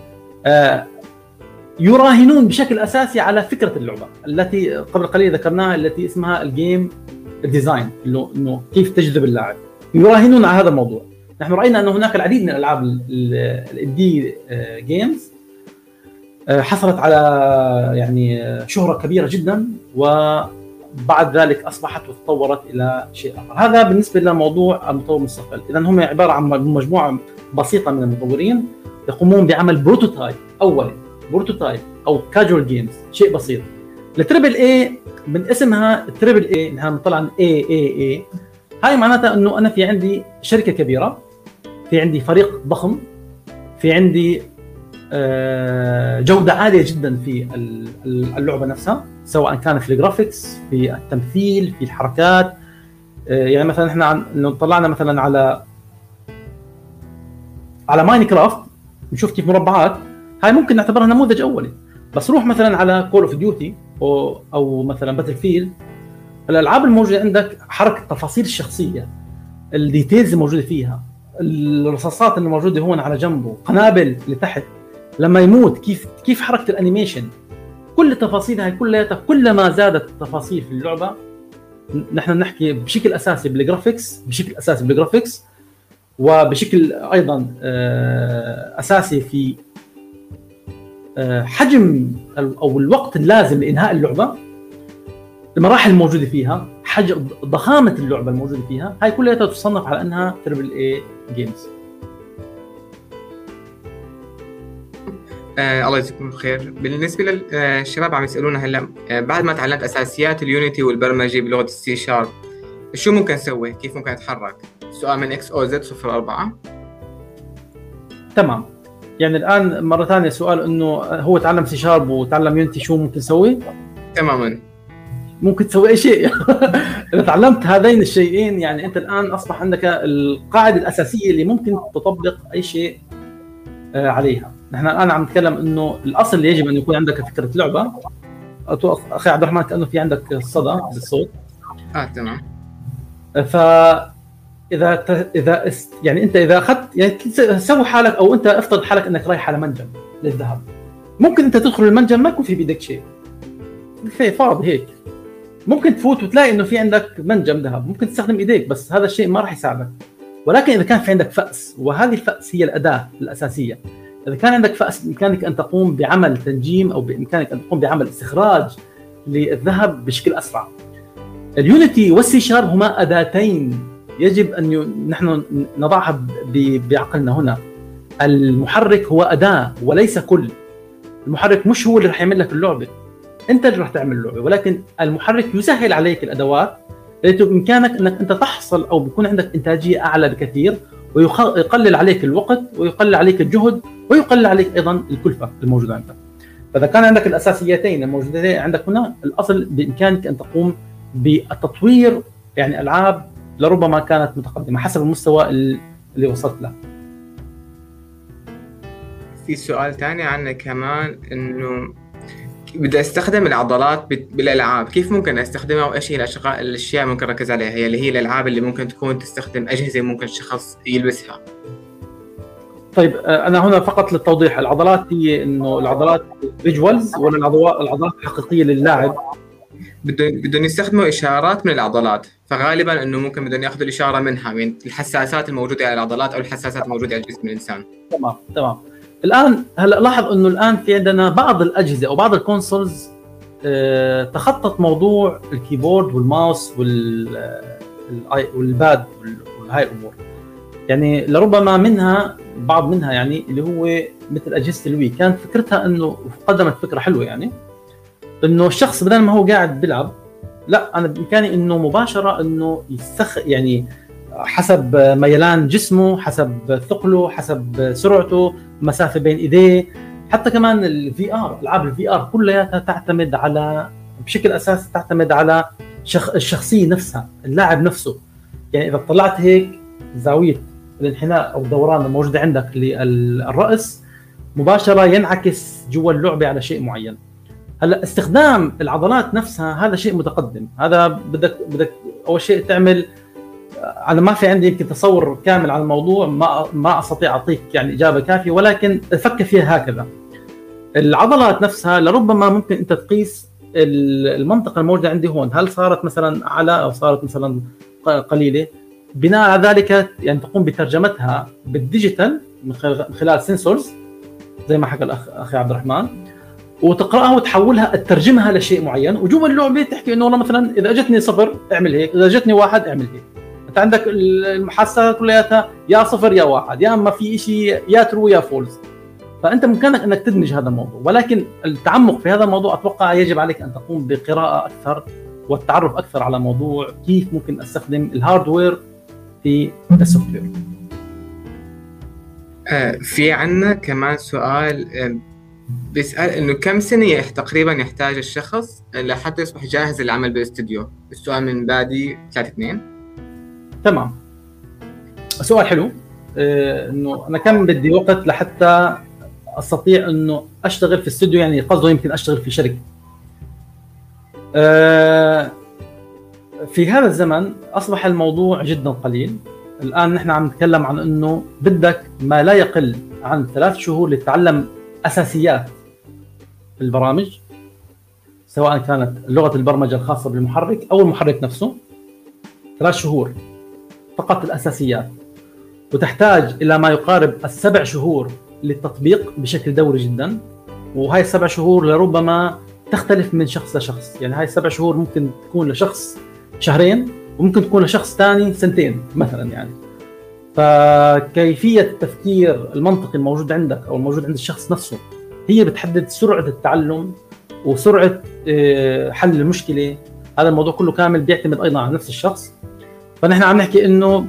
يراهنون بشكل اساسي على فكره اللعبه التي قبل قليل ذكرناها، التي اسمها الجيم ديزاين، انه كيف تجذب اللاعب. يراهنون على هذا الموضوع. نحن راينا ان هناك العديد من الالعاب الاندي جيمز حصلت على يعني شهره كبيره جدا، وبعد ذلك اصبحت وتطورت الى شيء اخر. هذا بالنسبه لموضوع المطور المستقل. اذا هم عباره عن مجموعه بسيطه من المطورين يقومون بعمل بروتوتايب اولي، بروتوتايب او كاجوال جيمز، شيء بسيط. التريبل اي من اسمها التريبل اي، نحن بنطلع عن اي هاي معناتها انه انا في عندي شركه كبيره، في عندي فريق ضخم، في عندي جوده عاليه جدا في اللعبه نفسها، سواء كان في الجرافيكس، في التمثيل، في الحركات. يعني مثلا احنا لو طلعنا مثلا على ماينكرافت نشوف كيف مربعات، هاي ممكن نعتبرها نموذج اولي. بس روح مثلا على كول اوف ديوتي او مثلا باتل فيلد، الالعاب الموجوده عندك حركه تفاصيل الشخصيه، الديتيلز الموجوده فيها، الرصاصات اللي موجوده هون على جنبه، قنابل لتحت لما يموت، كيف حركه الانيميشن، كل التفاصيل هاي كلها. كلما زادت التفاصيل في اللعبه، نحن نحكي بشكل اساسي بالجرافيكس، وبشكل ايضا اساسي في حجم او الوقت اللازم لانهاء اللعبه، المراحل الموجوده فيها، حجم ضخامه اللعبه الموجوده فيها، هاي كلها تصنف على انها تريبل اي جيمز. الله يجزيكم خير. بالنسبه للشباب عم يسالونا هلا، بعد ما تعلمت اساسيات اليونيتي والبرمجه بلغه السي شارب، شو ممكن نسوي؟ كيف ممكن اتحرك؟ سؤال من اكس او زد 04. تمام. يعني الان مره ثانيه سؤال انه هو تعلم سي شارب وتعلم يونيتي، شو ممكن يسوي؟ تماما، ممكن تسوي اي شيء. اذا تعلمت هذين الشيئين، يعني انت الان اصبح عندك القاعده الاساسيه اللي ممكن تطبق اي شيء عليها. نحن الان عم نتكلم انه الاصل اللي يجب ان يكون عندك فكره لعبه. اخي عبد الرحمن كانه في عندك صدى بالصوت. تمام. اذا يعني انت اذا اخذت، يعني سوي حالك او انت افترض حالك انك رايح على منجم للذهب، ممكن انت تدخل المنجم ما يكون في بايدك شيء، في فاضي هيك، ممكن تفوت وتلاقي انه في عندك منجم ذهب، ممكن تستخدم ايديك، بس هذا الشيء ما راح يساعدك. ولكن اذا كان في عندك فأس، وهذه الفأس هي الاداه الاساسيه، اذا كان عندك فأس بامكانك ان تقوم بعمل تنجيم او بامكانك ان تقوم بعمل استخراج للذهب بشكل اسرع. اليونيتي والسي شارب هما اداتين يجب ان نحن نضعها بعقلنا هنا. المحرك هو اداه وليس كل. المحرك مش هو اللي راح يعمل لك اللعبه، انت اللي راح تعمل اللعبه، ولكن المحرك يسهل عليك الادوات التي بامكانك انك انت تحصل او بيكون عندك انتاجيه اعلى بكثير، ويقلل عليك الوقت، ويقلل عليك الجهد، ويقلل عليك ايضا الكلفه الموجوده عندك. فاذا كان عندك الاساسيتين الموجودتين عندك هنا، الاصل بامكانك ان تقوم بالتطوير، يعني العاب لربما كانت متقدمه حسب المستوى اللي وصلت له. في سؤال ثاني عنا كمان، انه بدي استخدم العضلات بالالعاب، كيف ممكن استخدمها وايش هي الاشياء ممكن اركز عليها؟ هي اللي هي الالعاب اللي ممكن تكون تستخدم اجهزه ممكن الشخص يلبسها. طيب انا هنا فقط للتوضيح، العضلات هي انه العضلات فيجوالز ولا العضلات الحقيقيه للاعب؟ بدهم يستخدموا اشارات من العضلات، فغالبا انه ممكن بدهم ياخذوا الاشاره منها، من الحساسات الموجوده على العضلات او الحساسات الموجوده على جسم الانسان. تمام. الان هلا لاحظ انه الان في عندنا بعض الاجهزه او بعض الكونسولز تخطط موضوع الكيبورد والماوس والباد وهاي الامور. يعني لربما بعض منها يعني اللي هو مثل اجهزه الوي، كانت فكرتها انه قدمت فكره حلوه، يعني انه الشخص بدل ما هو قاعد بيلعب، لا انا بامكاني انه مباشره انه يعني حسب ميلان جسمه، حسب ثقله، حسب سرعته، مسافه بين ايديه، حتى كمان الفي ار، العاب الفي ار كلها تعتمد على بشكل اساسي تعتمد على الشخصيه نفسها، اللاعب نفسه. يعني اذا طلعت هيك زاويه الانحناء او الدوران الموجوده عندك للراس مباشره ينعكس جوا اللعبه على شيء معين. هلا استخدام العضلات نفسها هذا شيء متقدم، هذا بدك اول شيء تعمل. انا ما في عندي يمكن تصور كامل عن الموضوع، ما استطيع اعطيك يعني اجابه كافيه، ولكن فكر فيها هكذا. العضلات نفسها لربما ممكن انت تقيس المنطقه الموجوده عندي هون، هل صارت مثلا اعلى او صارت مثلا قليله. بناء على ذلك يعني تقوم بترجمتها بالديجيتال من خلال سنسورز زي ما حكى اخي عبد الرحمن، وتقراها وتحولها تترجمها لشيء معين، وجوا اللعبه تحكي انه والله مثلا اذا اجتني 0 اعمل هيك، اذا اجتني 1 اعمل هيك. انت عندك المحاسات كلياتها يا 0 يا 1، يا اما في شيء يا ترو يا فولز. فانت بامكانك انك تدمج هذا الموضوع، ولكن التعمق في هذا الموضوع اتوقع يجب عليك ان تقوم بقراءه اكثر والتعرف اكثر على موضوع كيف ممكن استخدم الهاردوير في السوفت وير. في عندنا كمان سؤال بيسأل انه كم سنة تقريبا يحتاج الشخص لحتى يصبح جاهز للعمل بالاستوديو؟ السؤال من بادي 32. تمام، سؤال حلو. انه انا كم بدي وقت لحتى استطيع انه اشتغل في الاستوديو، يعني قصده يمكن اشتغل في شركة. في هذا الزمن اصبح الموضوع جدا قليل. الان نحن عم نتكلم عن انه بدك ما لا يقل عن 3 شهور لتتعلم اساسيات البرامج، سواء كانت لغه البرمجه الخاصه بالمحرك او المحرك نفسه. 3 شهور فقط الاساسيات، وتحتاج الى ما يقارب 7 شهور للتطبيق بشكل دوري جدا. وهي 7 شهور لربما تختلف من شخص لشخص، يعني هاي 7 شهور ممكن تكون لشخص 2 شهرين، وممكن تكون لشخص ثاني 2 سنين مثلا. يعني فكيفية التفكير المنطقي الموجود عندك أو الموجود عند الشخص نفسه هي بتحدد سرعة التعلم وسرعة حل المشكلة. هذا الموضوع كله كامل بيعتمد أيضا على نفس الشخص. فنحن عم نحكي إنه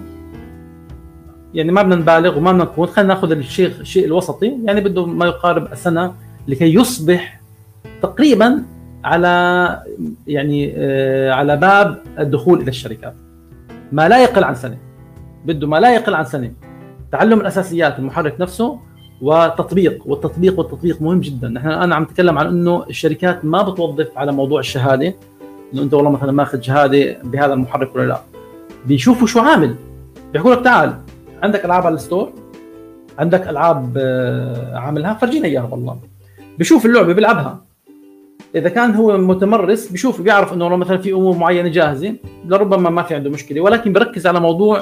يعني ما بدنا نبالغ وما بدنا نكون، خلينا ناخذ الشيء الوسطي، يعني بده ما يقارب السنة لكي يصبح تقريبا على يعني على باب الدخول إلى الشركات. ما لا يقل عن سنة، بده ما لا يقل عن سنة تعلم الأساسيات المحرك نفسه وتطبيق. والتطبيق مهم جدا. نحن الآن عم نتكلم عن إنه الشركات ما بتوظف على موضوع الشهادة، إنه أنت والله مثلا ماخذ شهادة بهذا المحرك ولا لا. بيشوفوا شو عامل، بيقول لك تعال عندك ألعاب على الستور، عندك ألعاب عاملها فرجينا إياها والله. بيشوف اللعبة بيلعبها، إذا كان هو متمرس بيشوف بيعرف إنه مثلا في أمور معينة جاهزة لربما ما في عنده مشكلة، ولكن بركز على موضوع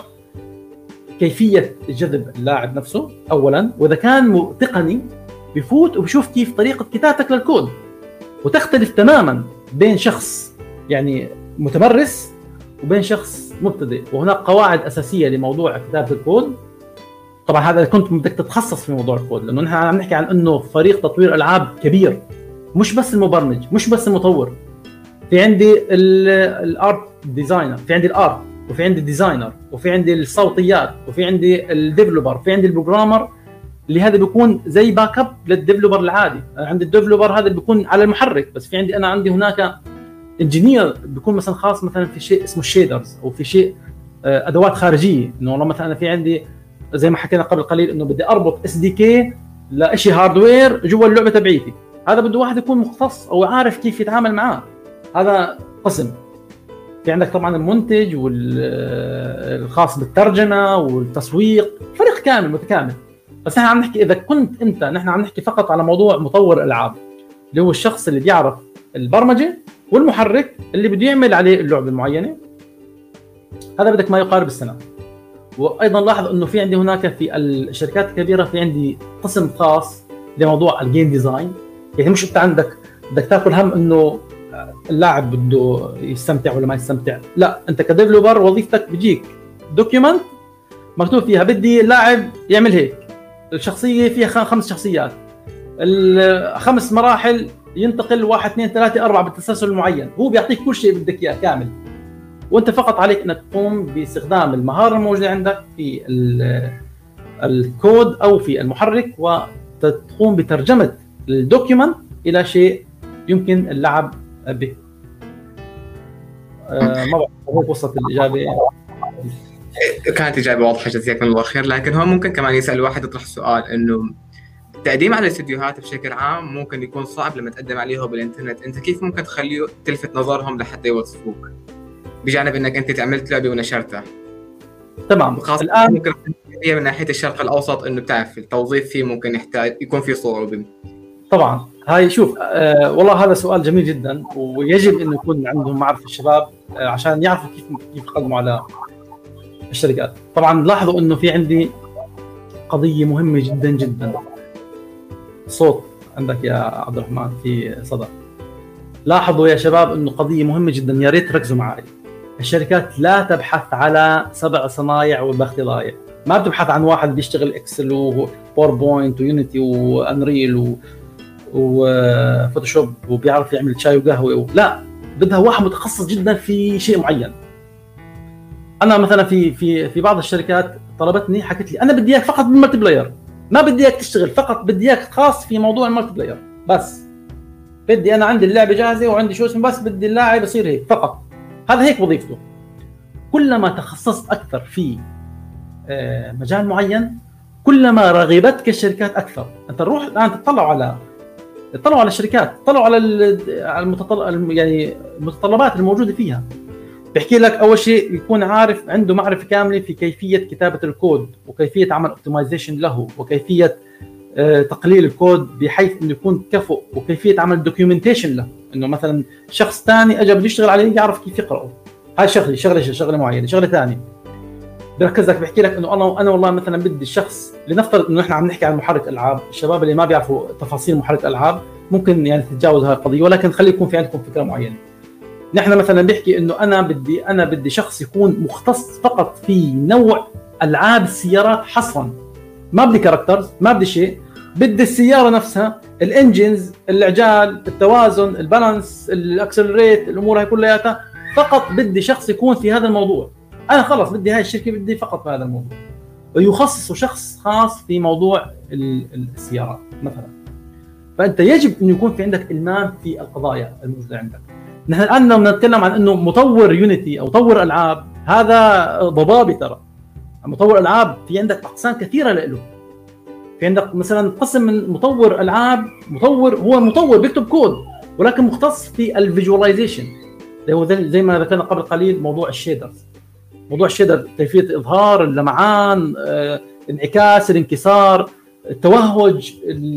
كيفية جذب اللاعب نفسه أولا. وإذا كان تقني بفوت وبشوف كيف طريقة كتابتك للكود، وتختلف تماما بين شخص يعني متمرس وبين شخص مبتدئ. وهناك قواعد أساسية لموضوع كتابة الكود. طبعا هذا كنت بدك تتخصص في موضوع الكود، لأنه نحن عم نحكي عن إنه فريق تطوير ألعاب كبير، مش بس المبرمج، مش بس المطور. في عندي الارت ديزاينر، في عندي الارت، وفي عندي الديزاينر، وفي عندي الصوتيات، وفي عندي الديفلوبر، في عندي البروجرامر اللي هذا بيكون زي باك اب للديفلوبر العادي. عندي الديفلوبر هذا بيكون على المحرك، بس في عندي عندي هناك انجينير بيكون مثلا خاص مثلا في شيء اسمه الشيدرز، او في شيء ادوات خارجيه. انه والله مثلا انا في عندي زي ما حكينا قبل قليل انه بدي اربط اس دي كي لشيء هاردوير جوا اللعبه تبعيتي. هذا بده واحد يكون مختص او عارف كيف يتعامل معاه. هذا قسم. في عندك طبعا المنتج والخاص بالترجمه والتسويق، فريق كامل متكامل. بس نحن عم نحكي اذا كنت انت، نحن عم نحكي فقط على موضوع مطور العاب، اللي هو الشخص اللي بيعرف البرمجه والمحرك اللي بده يعمل عليه اللعبه المعينه. هذا بدك ما يقارب السنه. وايضا لاحظ انه في عندي هناك في الشركات الكبيره في عندي قسم خاص لموضوع الجيم ديزاين. يعني مش انت عندك بدك تاكل هم انه اللاعب بده يستمتع ولا ما يستمتع، لا، انت كديفلوبر وظيفتك بيجيك دوكيومنت مكتوب فيها بدي اللاعب يعمل هيك، الشخصيه فيها 5 شخصيات، ال5 مراحل، ينتقل 1 2 3 4 بالتسلسل المعين. هو بيعطيك كل شيء بدك اياه كامل، وانت فقط عليك انك تقوم باستخدام المهاره الموجوده عندك في الكود او في المحرك، وتقوم بترجمه الدوكيومنت الى شيء يمكن اللعب به. ما بعرف هو وصلت الاجابه. كانت اجابه واضحه جزاكم الله خير. لكن هو ممكن كمان يسال الواحد يطرح سؤال انه التقديم على الاستديوهات بشكل عام ممكن يكون صعب لما تقدم عليه بالانترنت، انت كيف ممكن تخليه تلفت نظرهم لحتى يوظفوك بجانب انك انت عملت لعبه ونشرتها؟ تمام. خاصة الان ممكن هي من ناحيه الشرق الاوسط انه بتعرف التوظيف فيه ممكن يحتاج يكون في صعوبه. طبعا هاي شوف والله هذا سؤال جميل جدا، ويجب انه يكون عندهم معرفه الشباب عشان يعرفوا كيف يقدموا على الشركات. طبعا لاحظوا انه في عندي قضيه مهمه جدا جدا. صوت عندك يا عبد الرحمن في صدى. لاحظوا يا شباب انه قضيه مهمه جدا، يا ريت تركزوا معي. الشركات لا تبحث على 7 صنايع وبخت ضايع، ما بتبحث عن واحد بيشتغل اكسل وباوربوينت ويونيتي وانريل وفوتوشوب وبيعرف يعمل شاي وقهوه لا، بدها واحد متخصص جدا في شيء معين. انا مثلا في بعض الشركات طلبتني، حكت لي انا بدي اياك فقط بالمالتي بلاير، ما بدي اياك تشتغل، فقط بدي اياك خاص في موضوع المالتي بلاير بس. بدي انا عندي اللعبه جاهزه وعندي شو اسمه، بس بدي اللاعب يصير هيك فقط. هذا هيك وظيفته. كلما تخصصت اكثر في مجال معين كلما رغبتك الشركات اكثر. انت نروح الان تطلعوا على الشركات، تطلعوا على يعني المتطلبات الموجوده فيها. بحكي لك اول شيء يكون عارف، عنده معرفه كامله في كيفيه كتابه الكود وكيفيه عمل اوبتمايزيشن له وكيفيه تقليل الكود بحيث انه يكون كفؤ، وكيفيه عمل دوكيومنتيشن له، انه مثلا شخص ثاني اجى بده يشتغل عليه يعرف كيف يقراه. هاي شغله معينه. شغله ثانيه بركز لك، بحكي لك انه انا والله مثلا بدي الشخص، لنفترض انه احنا عم نحكي عن محرك العاب، الشباب اللي ما بيعرفوا تفاصيل محرك العاب ممكن يعني تتجاوز هاي القضيه، ولكن خلي يكون في عندكم فكره معينه. نحن مثلا بحكي انه انا بدي شخص يكون مختص فقط في نوع العاب السيارات حصرا، ما بدي كاركترز، ما بدي شيء، بدي السياره نفسها، الانجنز، العجال، التوازن، البالانس، الاكسلريت، الامور هاي كلها، فقط بدي شخص يكون في هذا الموضوع. انا خلص بدي هاي الشركه بدي فقط في هذا الموضوع، ويخصصوا شخص خاص في موضوع السيارات مثلا. فانت يجب انه يكون في عندك المام في القضايا الموجوده عندك. نحن الان لما نتكلم عن انه مطور يونيتي او مطور العاب، هذا ضبابي. ترى مطور العاب في عندك اقسام كثيره له. في عندك مثلا قسم من مطور العاب، هو مطور بيكتب كود ولكن مختص في الفيجواليزيشن، زي ما ذكرنا قبل قليل موضوع الشيدرز. موضوع الشيدر كيفيه اظهار اللمعان، انعكاس، الانكسار، التوهج،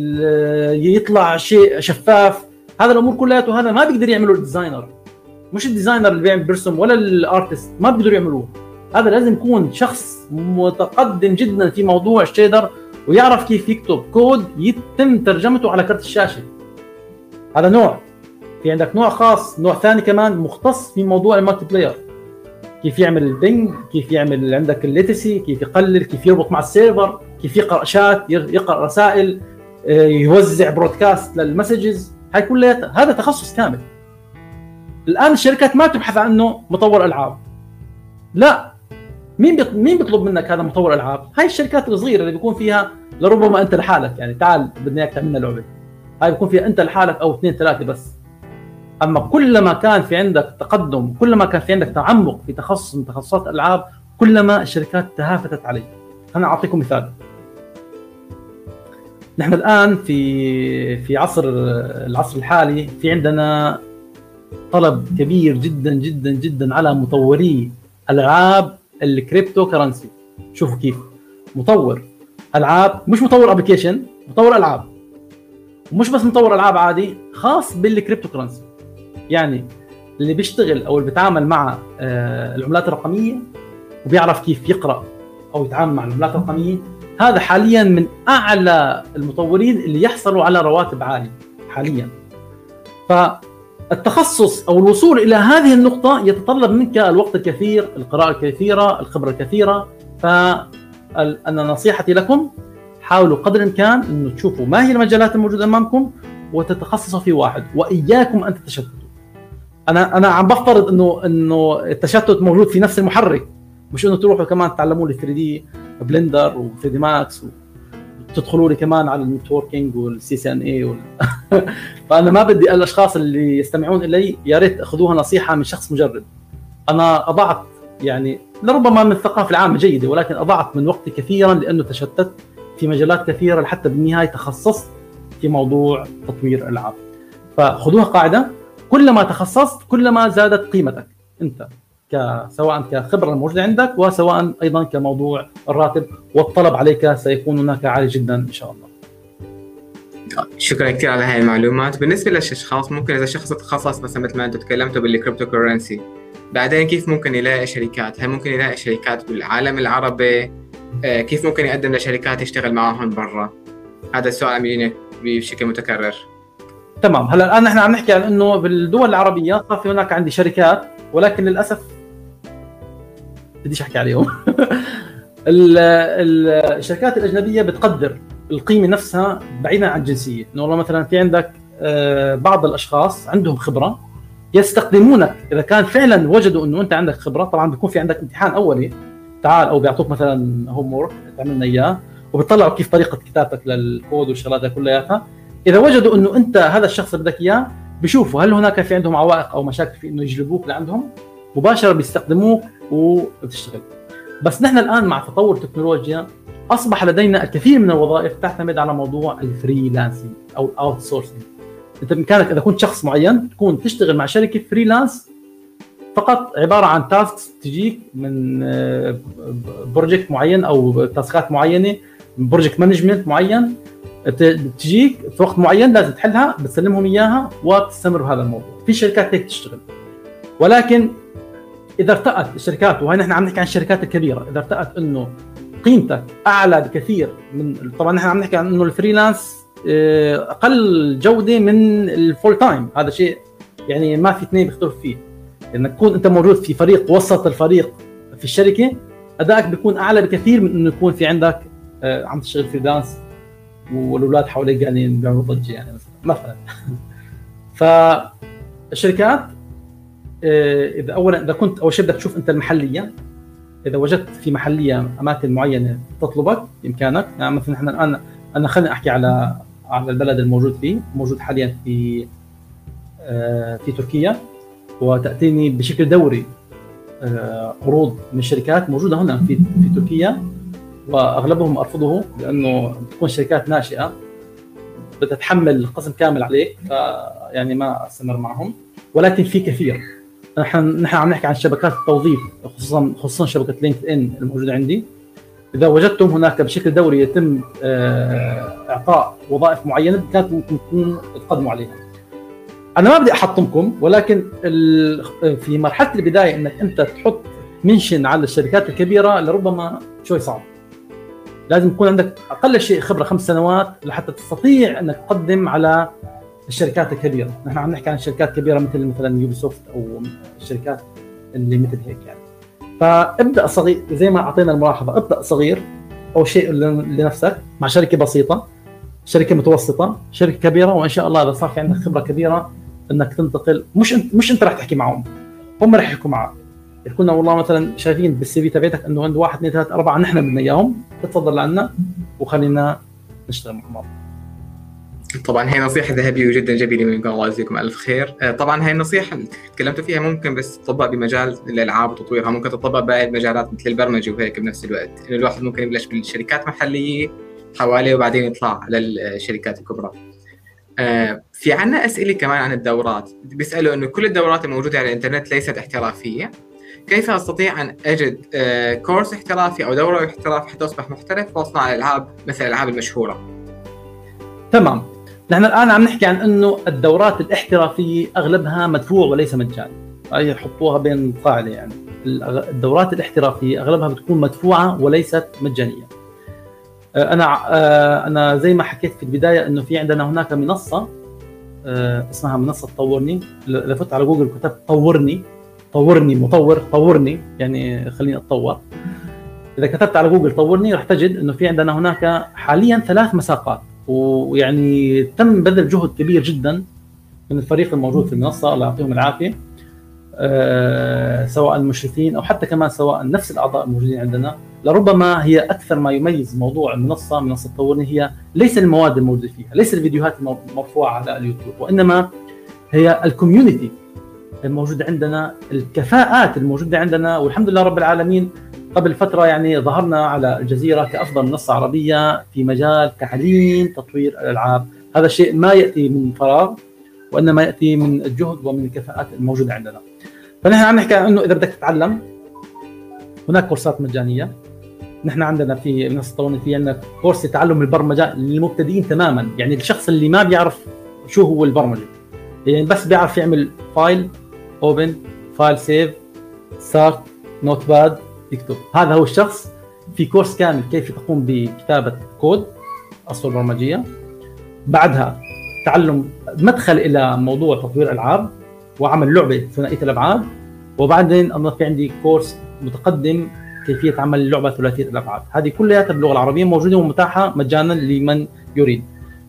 يطلع شيء شفاف. هذا الامور كلها هذا ما بيقدر يعمله الديزاينر، مش الديزاينر اللي بيعمل برسم ولا الارتست، ما بيقدروا يعملوه. هذا لازم يكون شخص متقدم جدا في موضوع الشيدر ويعرف كيف يكتب كود يتم ترجمته على كرت الشاشه. هذا نوع. في عندك نوع خاص، نوع ثاني كمان مختص في موضوع المالتي بلاير، كيف يعمل البينج، كيف يعمل عندك الليتسي، كيف يقلل، كيف يربط مع السيرفر، كيف يقرا شات، يقرا رسائل، يوزع برودكاست للمسجز. هاي كلها هذا تخصص كامل. الان الشركات ما تبحث عنه مطور العاب، لا. مين بيطلب منك هذا مطور العاب؟ هاي الشركات الصغيره اللي بيكون فيها لربما انت لحالك، يعني تعال بدنا اياك تعمل لنا لعبه، هاي بيكون فيها انت لحالك او 2 3 بس. اما كلما كان في عندك تقدم، كلما كان في عندك تعمق في تخصص من تخصصات الالعاب، كلما الشركات تهافتت عليه. انا اعطيكم مثال. نحن الان في العصر الحالي في عندنا طلب كبير جدا جدا جدا على مطوري العاب الكريبتو كرنسي. شوفوا كيف مطور العاب، مش مطور ابلكيشن، مطور العاب. ومش بس مطور العاب عادي، خاص بالكريبتو كرنسي، يعني اللي بيشتغل او اللي بيتعامل مع العملات الرقميه وبيعرف كيف يقرا او يتعامل مع العملات الرقميه. هذا حاليا من اعلى المطورين اللي يحصلوا على رواتب عاليه حاليا. فالتخصص او الوصول الى هذه النقطه يتطلب منك الوقت الكثير، القراءه الكثيره، الخبره الكثيره. فانا نصيحتي لكم حاولوا قدر الامكان انه تشوفوا ما هي المجالات الموجوده امامكم وتتخصصوا في واحد، واياكم ان تتشتتوا. انا عم بفترض انه التشتت موجود في نفس المحرك، مش انه تروحوا كمان تتعلموا لي 3 دي بلندر و 3 دي ماكس تدخلوا لي كمان على النتوركينج والسي سي ان اي فانا ما بدي الاشخاص اللي يستمعون الي يا ريت اخذوها نصيحه من شخص مجرب. انا اضعت يعني لربما من الثقافه العامه جيده، ولكن اضعت من وقتي كثيرا لانه تشتت في مجالات كثيره لحتى بالنهايه تخصصت في موضوع تطوير الالعاب. فخذوها قاعده، كلما تخصصت كلما زادت قيمتك انت، سواء كخبره الموجوده عندك وسواء ايضا كموضوع الراتب والطلب عليك سيكون هناك عالي جدا ان شاء الله. شكرا كثير على هاي المعلومات. بالنسبه للاشخاص، ممكن اذا شخص تخصص مثلا مثل ما انتم تكلمتوا بالكريبتو كورنسي، بعدين كيف ممكن يلاقي شركات؟ هل ممكن يلاقي شركات بالعالم العربي؟ كيف ممكن يقدم لشركات يشتغل معهم برا؟ هذا السؤال عم يجيني بشكل متكرر. تمام. هلا الان نحن عم نحكي عن انه بالدول العربيه صار في هناك عندي شركات، ولكن للاسف بديش احكي عليهم. الشركات الاجنبيه بتقدر القيمه نفسها بعيدا عن الجنسيه، انه والله مثلا في عندك بعض الاشخاص عندهم خبره يستخدمونك اذا كان فعلا وجدوا انه انت عندك خبره. طبعا بيكون في عندك امتحان اولي تعال، او بيعطوك مثلا هوم وورك تعمل لنا اياه وبيطلعوا كيف طريقه كتابتك للكود والشغلات كلياتها. اذا وجدوا انه انت هذا الشخص اللي بدك اياه، بيشوفوا هل هناك في عندهم عوائق او مشاكل في انه يجلبوك لعندهم، مباشره بيستخدموك وبتشتغل. بس نحن الان مع تطور التكنولوجيا اصبح لدينا الكثير من الوظائف تعتمد على موضوع الفريلانسنج او الاوت سورسنج. انت بامكانك اذا كنت شخص معين تكون تشتغل مع شركه فريلانس فقط، عباره عن تاسكس تجيك من بروجكت معين او تاسكات معينه، بروجكت مانجمنت معين تجيك في وقت معين لازم تحلها، بتسلمهم اياها وتستمر بهذا الموضوع. في شركات هيك تشتغل. ولكن اذا ارتأت الشركات، وهي نحن عم نحكي عن الشركات الكبيره، اذا ارتأت انه قيمتك اعلى بكثير من، طبعا نحن عم نحكي عن انه الفريلانس اقل جوده من الفول تايم، هذا شيء يعني ما في اثنين بيختلف فيه. انك تكون انت موجود في فريق وسط الفريق في الشركه، ادائك بيكون اعلى بكثير من انه يكون في عندك عم تشتغل فريلانس والاولاد حواليك قاعدين بيعملوا ضجه يعني مثلا. فالشركات اذا اولا اذا كنت اول شيء بدك تشوف انت المحليه، اذا وجدت في محليه اماكن معينه تطلبك بامكانك. يعني مثلا احنا الان انا خليني احكي على البلد الموجود فيه، موجود حاليا في تركيا، وتاتيني بشكل دوري عروض من شركات موجوده هنا في تركيا، واغلبهم ارفضه لانه بتكون شركات ناشئه بتتحمل القسم كامل عليك، يعني ما استمر معهم. ولكن في كثير، نحن عم نحكي عن شبكات التوظيف، خصوصا شبكه لينكد ان الموجوده عندي. اذا وجدتم هناك بشكل دوري يتم اعطاء وظائف معينه كانت ممكن تقدموا عليها. انا ما بدي احطمكم، ولكن في مرحله البدايه انك انت تحط منشن على الشركات الكبيره لربما شوي صعب. لازم يكون عندك اقل شيء خبره 5 سنوات لحتى تستطيع انك تقدم على الشركات الكبيره. نحن عم نحكي عن شركات كبيره مثلا يوبي سوفت او الشركات اللي مثل هيك يعني. فابدا صغير زي ما اعطينا الملاحظه، ابدا صغير اول شيء لنفسك مع شركه بسيطه، شركه متوسطه، شركه كبيره، وان شاء الله اذا صار في عندك خبره كبيره انك تنتقل. مش انت راح تحكي معهم، هم راح يحكوا معك. يقولون والله مثلا شايفين بالسي في تبعتك انه عنده 1 2 3 4 نحن بدنا اياهم، تفضل لعنا وخلينا نشتغل مع بعض. طبعا هي نصيحة ذهبية جدا جميلة منكم، الله يجزيكم ألف خير. طبعا هاي النصيحة اللي تكلمتوا فيها ممكن بس تطبق بمجال الألعاب وتطويرها، ممكن تطبق باقي المجالات مثل البرمجة وهيك بنفس الوقت. إنه الواحد ممكن يبلش بالشركات محلية حوالي وبعدين يطلع للشركات الكبرى. في عنا أسئلة كمان عن الدورات، بيسألوا إنه كل الدورات الموجودة على الإنترنت ليست احترافية، كيف أستطيع أن أجد كورس احترافي أو دورة احترافية حتى أصبح محترف وأصنع الألعاب مثل الألعاب المشهورة؟ تمام. نحن الآن عم نحكي عن إنه الدورات الاحترافية أغلبها مدفوع وليس مجاني، هي حطوها بين قاعدة يعني. الدورات الاحترافية أغلبها بتكون مدفوعة وليست مجانية. أنا زي ما حكيت في البداية إنه في عندنا هناك منصة اسمها منصة طورني. إذا فت على جوجل كتبت طورني يعني خليني أتطور. إذا كتبت على جوجل طورني راح تجد إنه في عندنا هناك حاليا 3 مساقات، ويعني تم بذل جهد كبير جدا من الفريق الموجود في المنصة، الله يعطيهم العافية. سواء المشرفين او حتى كمان سواء نفس الاعضاء الموجودين عندنا، لربما هي اكثر ما يميز موضوع منصه طورني هي ليس المواد الموجوده فيها، ليس الفيديوهات المرفوعه على اليوتيوب، وانما هي الكوميونتي الموجود عندنا، الكفاءات الموجوده عندنا. والحمد لله رب العالمين قبل فتره يعني ظهرنا على الجزيره كافضل منصه عربيه في مجال تعليم تطوير الالعاب. هذا الشيء ما ياتي من فراغ، وانما ياتي من الجهد ومن الكفاءات الموجوده عندنا. فنحن عم نحكي عن انه اذا بدك تتعلم هناك كورسات مجانيه. نحن عندنا في منصه طورني في عندنا كورس تعلم البرمجه للمبتدئين تماما، يعني الشخص اللي ما بيعرف شو هو البرمجه، يعني بس بيعرف يعمل فايل اوبن، فايل سيف، ستارت، نوت باد، يكتب. هذا هو الشخص. في كورس كامل كيف تقوم بكتابه كود اصول برمجيه، بعدها تعلم مدخل الى موضوع تطوير العاب وعمل لعبه ثنائيه الابعاد، وبعدين انا في عندي كورس متقدم كيفيه عمل لعبه ثلاثيه الابعاد. هذه كلها باللغه العربيه موجوده ومتاحه مجانا لمن يريد.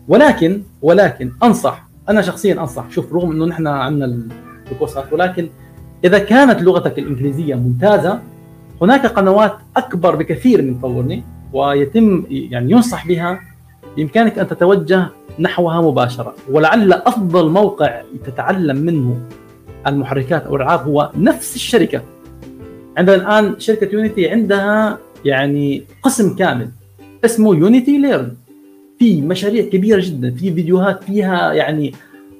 ولكن انصح، انا شخصيا انصح، شوف رغم انه نحن عندنا الكورسات، ولكن اذا كانت لغتك الانجليزيه ممتازه هناك قنوات اكبر بكثير من طورني ويتم يعني ينصح بها، بامكانك ان تتوجه نحوها مباشره. ولعل افضل موقع تتعلم منه المحركات او الالعاب هو نفس الشركه. عندنا الان شركه يونيتي عندها يعني قسم كامل اسمه يونيتي ليرن، في مشاريع كبيره جدا، في فيديوهات فيها يعني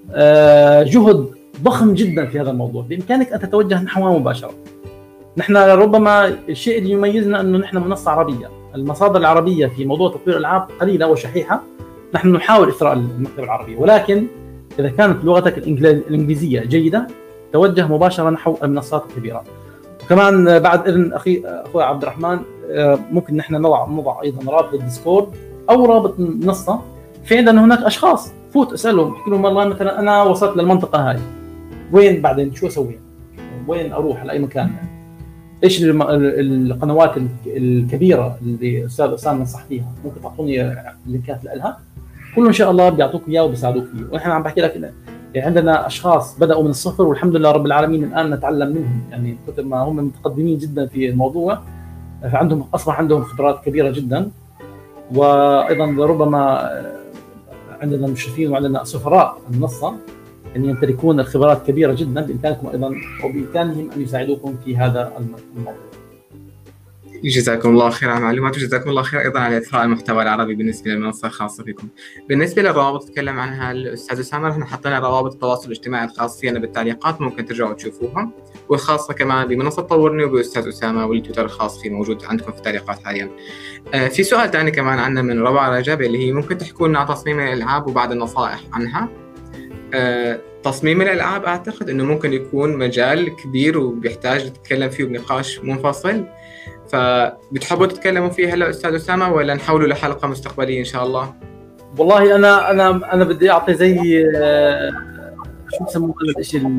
جهد ضخم جدا في هذا الموضوع، بامكانك ان تتوجه نحوها مباشره. نحن ربما الشيء اللي يميزنا انه نحن منصه عربيه، المصادر العربيه في موضوع تطوير الالعاب قليله وشحيحه، نحن نحاول اثراء المكتبه العربيه، ولكن اذا كانت لغتك الانجليزيه جيده توجه مباشره نحو المنصات الكبيره. وكمان بعد اذن اخوي عبد الرحمن ممكن نحن نضع ايضا رابط الديسكورد او رابط منصه. في عندنا هناك اشخاص فوت اسالهم، احكي لهم والله مثلا انا وصلت للمنطقه هاي، وين بعدين شو اسوي؟ وين اروح لاي مكان؟ ايش القنوات الكبيره اللي استاذ اسامه نصح فيها؟ ممكن تعطوني اللينكات لها؟ كله ان شاء الله بيعطوك اياه وبيساعدوك فيه. ونحن عم بحكي لك يعني عندنا اشخاص بداوا من الصفر والحمد لله رب العالمين الان نتعلم منهم، يعني كثر ما هم متقدمين جدا في الموضوع، فعندهم اصبح عندهم خبرات كبيره جدا. وايضا ربما عندنا مشرفين وعندنا سفراء المنصه ان يمتلكون الخبرات كبيره جدا، بامكانكم ايضا وبامكانهم ان يساعدوكم في هذا الموضوع. جزاكم الله خير على المعلومات، وجزاكم الله خير ايضا على اثراء المحتوى العربي بالنسبه للمنصه الخاصه فيكم. بالنسبه للروابط تكلم عنها الاستاذ اسامه، احنا حطينا روابط التواصل الاجتماعي الخاص فينا بالتعليقات، ممكن ترجعوا تشوفوها، والخاصه كمان بمنصه طورني وباستاذ اسامه، والتويتر الخاص فيه موجود عندكم في التعليقات حاليا. في سؤال ثاني كمان عندنا من ربع رجب اللي هي ممكن تحكوا لنا عن تصميم الالعاب وبعض النصائح عنها. تصميم الالعاب اعتقد انه ممكن يكون مجال كبير وبيحتاج نتكلم فيه بنقاش منفصل، فبتحبوا تتكلموا فيه هلا استاذ اسامه ولا نحوله لحلقه مستقبليه ان شاء الله؟ والله انا بدي اعطي زي شو بسموه هذا الشيء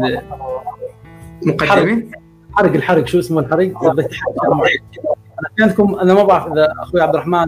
مقدمه الحرق شو اسمه الحرق؟ بدك انا كانكم انا ما بعرف اذا اخوي عبد الرحمن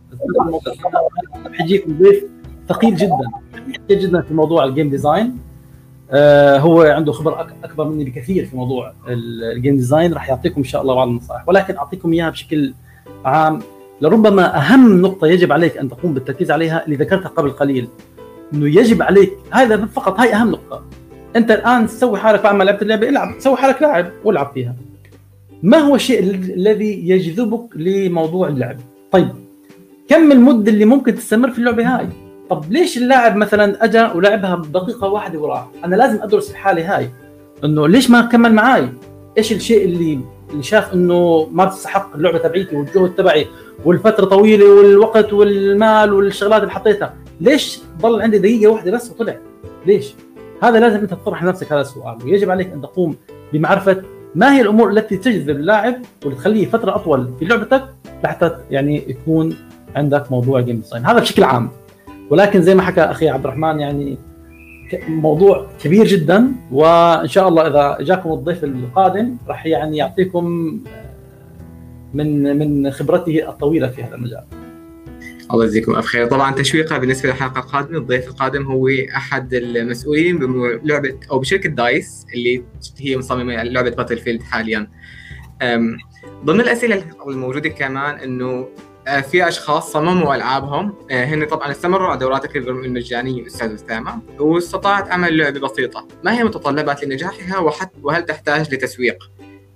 بحجيكم ضيف ثقيل جدا في موضوع الجيم ديزاين. هو عنده خبر اكبر مني بكثير في موضوع الجيم ديزاين، راح يعطيكم ان شاء الله بعض النصائح، ولكن اعطيكم اياها بشكل عام. لربما اهم نقطه يجب عليك ان تقوم بالتركيز عليها اللي ذكرتها قبل قليل، انه يجب عليك هذا فقط، هاي اهم نقطه. انت الان تسوي حالك بعد ما لعبت اللعبه العب، سوي حالك لاعب والعب فيها. ما هو الشيء الذي يجذبك لموضوع اللعب؟ طيب كم المده اللي ممكن تستمر في اللعبه هاي؟ طب ليش اللاعب مثلا اجى ولعبها بدقيقه واحده وراح؟ انا لازم ادرس في حالي هاي، انه ليش ما كمل معاي؟ ايش الشيء اللي شاف انه ما تستحق اللعبه تبعيتي والجهد تبعي والفتره طويله والوقت والمال والشغلات اللي حطيتها، ليش ضل عندي دقيقه واحده بس وطلع؟ ليش؟ هذا لازم انت تطرح لنفسك هذا السؤال، ويجب عليك ان تقوم بمعرفه ما هي الامور التي تجذب اللاعب وتخليه فتره اطول في لعبتك لحتى يعني يكون عندك موضوع جيم ديزاين. هذا بشكل عام، ولكن زي ما حكى اخي عبد الرحمن يعني موضوع كبير جدا، وان شاء الله اذا جاكم الضيف القادم راح يعني يعطيكم من خبرته الطويله في هذا المجال. الله يجزيكم الف خير. طبعا تشويقها بالنسبه للحلقه القادمه، الضيف القادم هو احد المسؤولين بلعبه او بشركه دايس اللي هي مصممه لعبه باتل فيلد حاليا. ضمن الاسئله الموجوده كمان انه في اشخاص صمموا العابهم، هن طبعا استمروا على دورات الكيرجر المجانيه استاذ اسامه، واستطاعت عمل لعبه بسيطه. ما هي متطلبات لنجاحها وهل تحتاج لتسويق؟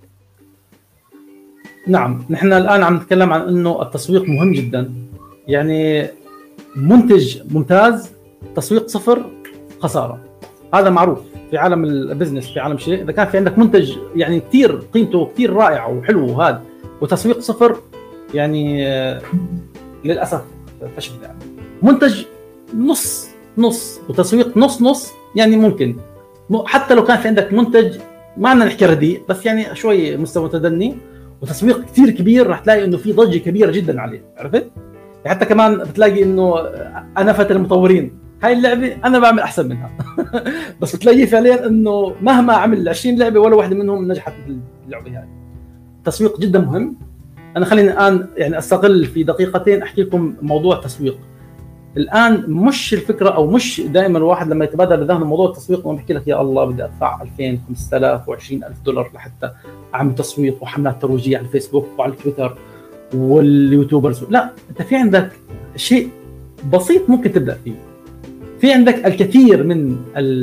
نعم، نحن الان عم نتكلم عن انه التسويق مهم جدا. يعني منتج ممتاز تسويق صفر خساره، هذا معروف في عالم البزنس، في عالم شيء. اذا كان في عندك منتج يعني كثير قيمته كثير رائعه وحلو وهذا وتسويق صفر، يعني للاسف فشل. يعني منتج نص نص وتسويق نص نص، يعني ممكن حتى لو كان في عندك منتج ما بدنا نحكي رديء، بس يعني شوي مستوى متدني وتسويق كثير كبير، راح تلاقي انه في ضجه كبيره جدا عليه. عرفت؟ حتى كمان بتلاقي انه انا فتى المطورين هاي اللعبه انا بعمل احسن منها بس بتلاقيه فعليا انه مهما عمل 20 لعبه ولا واحده منهم نجحت اللعبه هاي. التسويق جدا مهم. انا خليني الان يعني استغل في دقيقتين احكي لكم موضوع التسويق. الان مش الفكره او مش دائما الواحد لما يتبادل بذهنه موضوع التسويق وبيحكي لك يا الله بدي ادفع 2000 5000 و20000 دولار لحتى اعمل تسويق وحملات ترويجيه على الفيسبوك وعلى التويتر واليوتيوبرز. لا، انت في عندك شيء بسيط ممكن تبدا فيه. في عندك الكثير من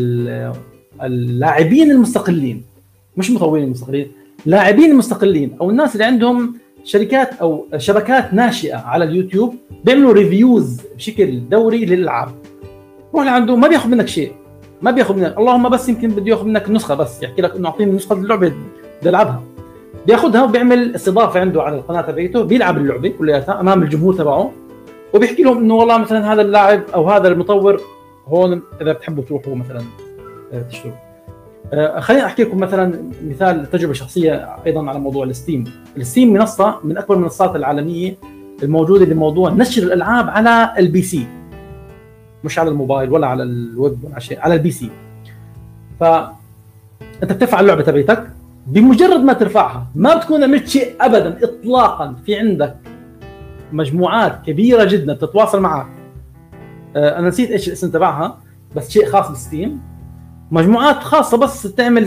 اللاعبين المستقلين، مش مطورين المستقلين، لاعبين المستقلين او الناس اللي عندهم شركات او شبكات ناشئه على اليوتيوب بيعملوا ريفيوز بشكل دوري للالعاب. روح لعنده، ما بياخذ منك شيء، ما بياخذ منك، اللهم بس يمكن بده ياخذ منك النسخه، بس يحكي لك انه اعطيني نسخه اللعبه بدي العبها. بياخذها وبيعمل استضافه عنده على القناه تبعته، بيلعب اللعبه كلياتها امام الجمهور تبعه وبيحكي لهم انه والله مثلا هذا اللاعب او هذا المطور هون اذا بتحبوا تروحوا مثلا تشتروا. خليني احكي لكم مثلا مثال تجربه شخصيه ايضا على موضوع الستيم. الستيم منصه من اكبر المنصات العالميه الموجوده لموضوع نشر الالعاب على البي سي، مش على الموبايل ولا على الويب ولا شيء، على البي سي. فانت بترفع اللعبه تبعتك، بمجرد ما ترفعها ما بتكون عملت شيء ابدا اطلاقا. في عندك مجموعات كبيره جدا تتواصل معك، انا نسيت ايش الاسم تبعها بس شيء خاص بستيم، مجموعات خاصه بس تعمل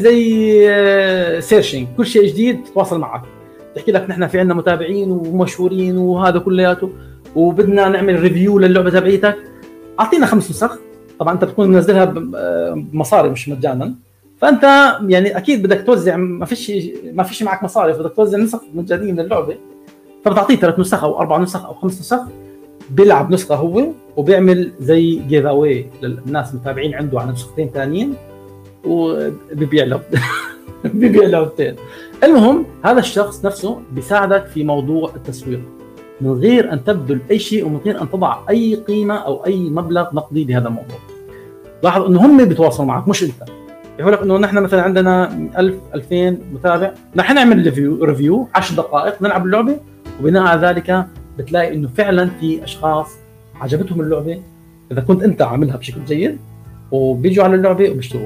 زي سيرشنج كل شيء جديد تتواصل معك، تحكي لك نحن في عندنا متابعين ومشهورين وهذا كلياته وبدنا نعمل ريفيو للعبه تبعيتك، اعطينا 5 نسخ. طبعا انت بتكون منزلها بمصاري مش مجانا، فانت يعني اكيد بدك توزع، ما فيش معك مصاري، بدك توزع نسخ مجانيه من اللعبه، فبتعطيه 3 نسخ او 4 نسخ او 5 نسخ، بيلعب نسخه هو وبيعمل زي جيف اواي للناس متابعين عنده على نسختين ثانيين وبيبيع له بيبيع له. المهم هذا الشخص نفسه بيساعدك في موضوع التسويق من غير ان تبذل اي شيء ومن غير ان تضع اي قيمه او اي مبلغ نقدي لهذا الموضوع. لاحظ انه هم بيتواصلوا معك مش انت. يقول لك انه نحن مثلا عندنا 1000 2000 متابع، نحن نعمل ريفيو 10 دقائق نلعب اللعبه، وبناء على ذلك بتلاقي انه فعلا في اشخاص عجبتهم اللعبه اذا كنت انت عاملها بشكل جيد وبيجوا على اللعبه وبيشتروها.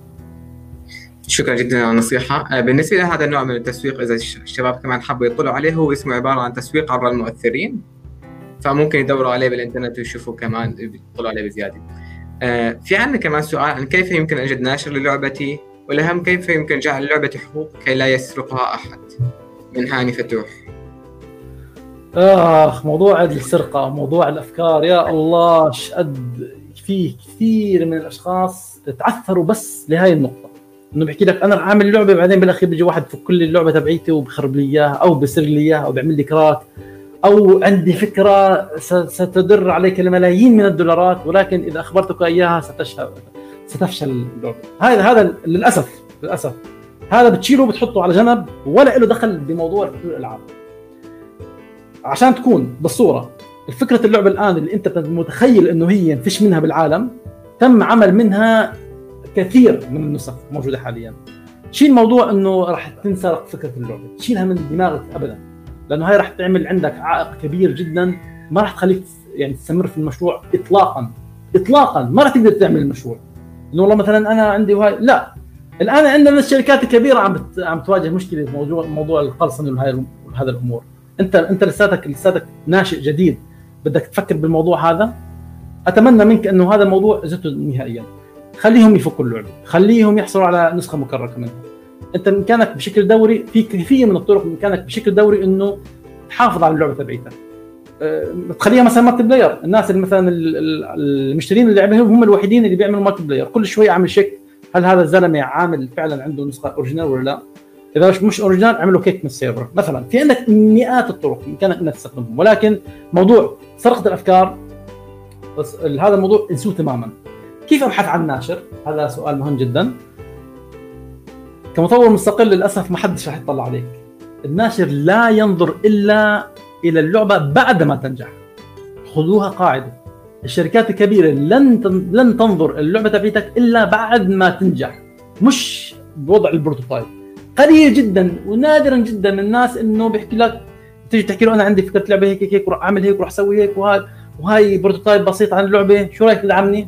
شكرا جدا على النصيحه. بالنسبه لهذا النوع من التسويق اذا الشباب كمان حبوا يطلعوا عليه، هو اسمه عباره عن تسويق عبر المؤثرين، فممكن يدوروا عليه بالانترنت ويشوفوا كمان يطلعوا عليه بزياده. في عندنا كمان سؤال عن كيف يمكن أجد ناشر للعبتي، والأهم كيف يمكن جعل اللعبة حقوق كي لا يسرقها أحد. من هاني فتوح. موضوع السرقة، موضوع الأفكار، يا الله شقد فيه كثير من الأشخاص تعثروا بس لهاي النقطة، إنه بيحكي لك أنا عامل لعبة بعدين بالأخير بيجي واحد فك كل اللعبة تبعيتي وبخرب لي إياها أو بسر لي إياها أو بيعمل لي كراك، أو عندي فكرة ستدر عليك الملايين من الدولارات ولكن إذا أخبرتك إياها ستفشل اللعبة. هذا للأسف هذا بتشيله بتحطه على جنب ولا له دخل بموضوع الألعاب. عشان تكون بالصورة الفكرة اللعبة الآن اللي أنت متخيل إنه هي فيش منها بالعالم، تم عمل منها كثير من النسخ موجودة حاليا. شيل موضوع إنه راح تنسرق فكرة اللعبة، شيلها من دماغك أبدا، لأنه هاي راح تعمل عندك عائق كبير جدا، ما راح تخليك يعني تستمر في المشروع إطلاقا. ما راح تقدر تعمل المشروع إنه والله مثلا أنا عندي وهاي، لا. الآن عندنا الشركات الكبيرة عم تواجه مشكلة موضوع القرصنة وهذا الأمور. أنت لساتك ناشئ جديد، بدك تفكر بالموضوع هذا، اتمنى منك انه هذا الموضوع زته نهائيا. خليهم يفكوا اللعبه، خليهم يحصلوا على نسخه مكرره منها. انت بامكانك بشكل دوري، في كثير من الطرق بامكانك بشكل دوري انه تحافظ على اللعبه تبعيتك. تخليها مثلا مالتي بلاير، الناس اللي مثلا المشترين اللعبه هم الوحيدين اللي بيعملوا مالتي بلاير، كل شوي اعمل شيك هل هذا الزلمه عامل فعلا عنده نسخه اوريجينال ولا لا. اذا مش اوريجينال اعملوا كيك من السيرفر مثلا. في عندك مئات الطرق بامكانك انك تستخدمهم، ولكن موضوع سرقه الافكار بس هذا الموضوع انسوه تماما. كيف ابحث عن ناشر؟ هذا سؤال مهم جدا. كمطور مستقل للاسف ما حدش راح يطلع عليك. الناشر لا ينظر الا الى اللعبه بعد ما تنجح. خذوها قاعده، الشركات الكبيره لن تنظر اللعبه تبعتك الا بعد ما تنجح، مش بوضع البروتوتايب. قليل جدا ونادرا جدا من الناس انه بيحكي لك، تيجي تحكي له انا عندي فكره لعبه هيك هيك وراح اعمل هيك وراح اسوي هيك وهاي بروتوتايب بسيط عن اللعبه، شو رايك تدعمني؟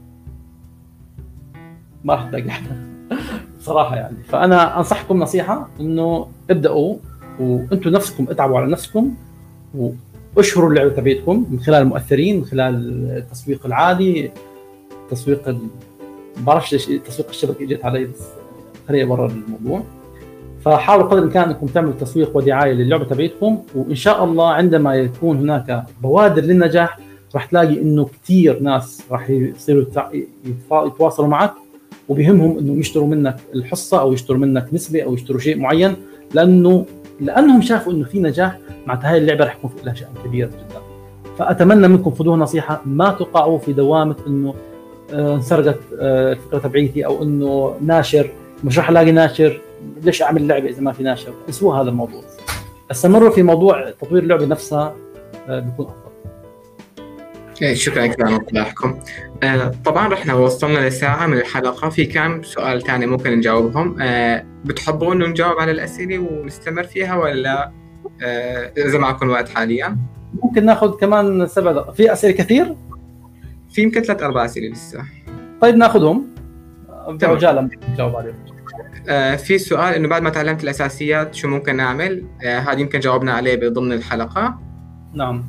ما راح تلاقي حدا صراحه يعني. فانا انصحكم نصيحه انه ابداوا وانتم نفسكم اتعبوا على نفسكم واشهروا اللعبه تبعتكم من خلال المؤثرين، من خلال التسويق العادي، تسويق بعرفش ليش تسويق الشبكه اجت علي بس خليها برا الموضوع. فحاولوا قدر الامكان انكم تعملوا تسويق ودعايه للعبه تبعتكم، وان شاء الله عندما يكون هناك بوادر للنجاح راح تلاقي انه كثير ناس راح يصيروا يتواصلوا معك وبيهمهم انه يشتروا منك الحصه او يشتروا منك نسبه او يشتروا شيء معين، لانهم شافوا انه في نجاح. معناتها هاي اللعبه راح يكون لها شأن كبير جدا. فاتمنى منكم خذوها نصيحه، ما تقعوا في دوامه انه انسرقت الفكره تبعيتي او انه ناشر مش راح الاقي ناشر، ليش اعمل لعبه اذا ما في ناشر؟ انسوا هذا الموضوع، استمروا في موضوع تطوير اللعبه نفسها بيكون افضل. شكرا كثير على نصائحكم. طبعا رحنا وصلنا لساعة من الحلقة، في كم سؤال تاني ممكن نجاوبهم. بتحبوا انه نجاوب على الأسئلة ونستمر فيها ولا إذا معكم وقت حاليا؟ ممكن ناخذ كمان 7 دقائق. في أسئلة كثير؟ في يمكن 3-4 أسئلة لسه. طيب ناخذهم بعجالة نجاوب عليهم. في سؤال انه بعد ما تعلمت الأساسيات شو ممكن نعمل؟ هذا يمكن جاوبنا عليه ضمن الحلقة. نعم.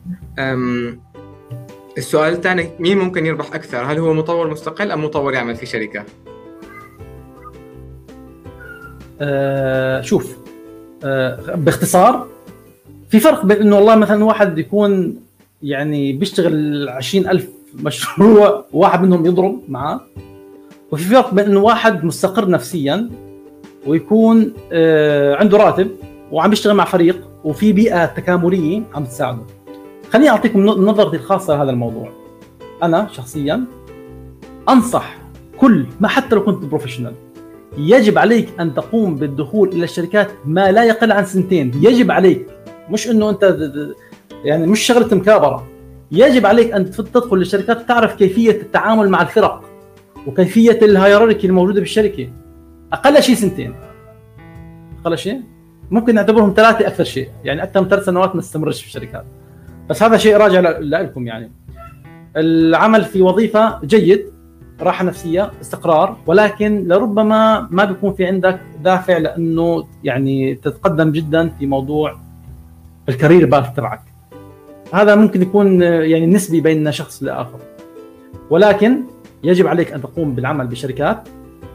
السؤال الثاني، مين ممكن يربح أكثر؟ هل هو مطور مستقل أم مطور يعمل في شركة؟ شوف، باختصار في فرق بين إنه والله مثلا واحد يكون يعني بيشتغل 20,000 مشروع وواحد منهم يضرب معاه، وفي فرق بين إنه واحد مستقر نفسيا ويكون عنده راتب وعم بيشتغل مع فريق وفي بيئة تكاملية عم تساعده. خليني أعطيكم نظرتي الخاصة لهذا الموضوع. أنا شخصياً أنصح كل ما حتى لو كنت بروفيشنال، يجب عليك أن تقوم بالدخول إلى الشركات ما لا يقل عن 2 سنين. يجب عليك، مش إنه أنت يعني مش شغلة مكابرة. يجب عليك أن تدخل للشركات تعرف كيفية التعامل مع الفرق وكيفية الهيراركي الموجودة بالشركة. أقل شيء 2 سنين، أقل شيء ممكن نعتبرهم 3 أكثر شيء، يعني أكثر من 3 سنوات ما تستمرش في الشركات. بس هذا شيء راجع لكم. يعني العمل في وظيفة جيد، راحة نفسية، استقرار، ولكن لربما ما بيكون في عندك دافع لأنه يعني تتقدم جدا في موضوع الكارير باث تبعك. هذا ممكن يكون يعني نسبي بين شخص لآخر، ولكن يجب عليك أن تقوم بالعمل بشركات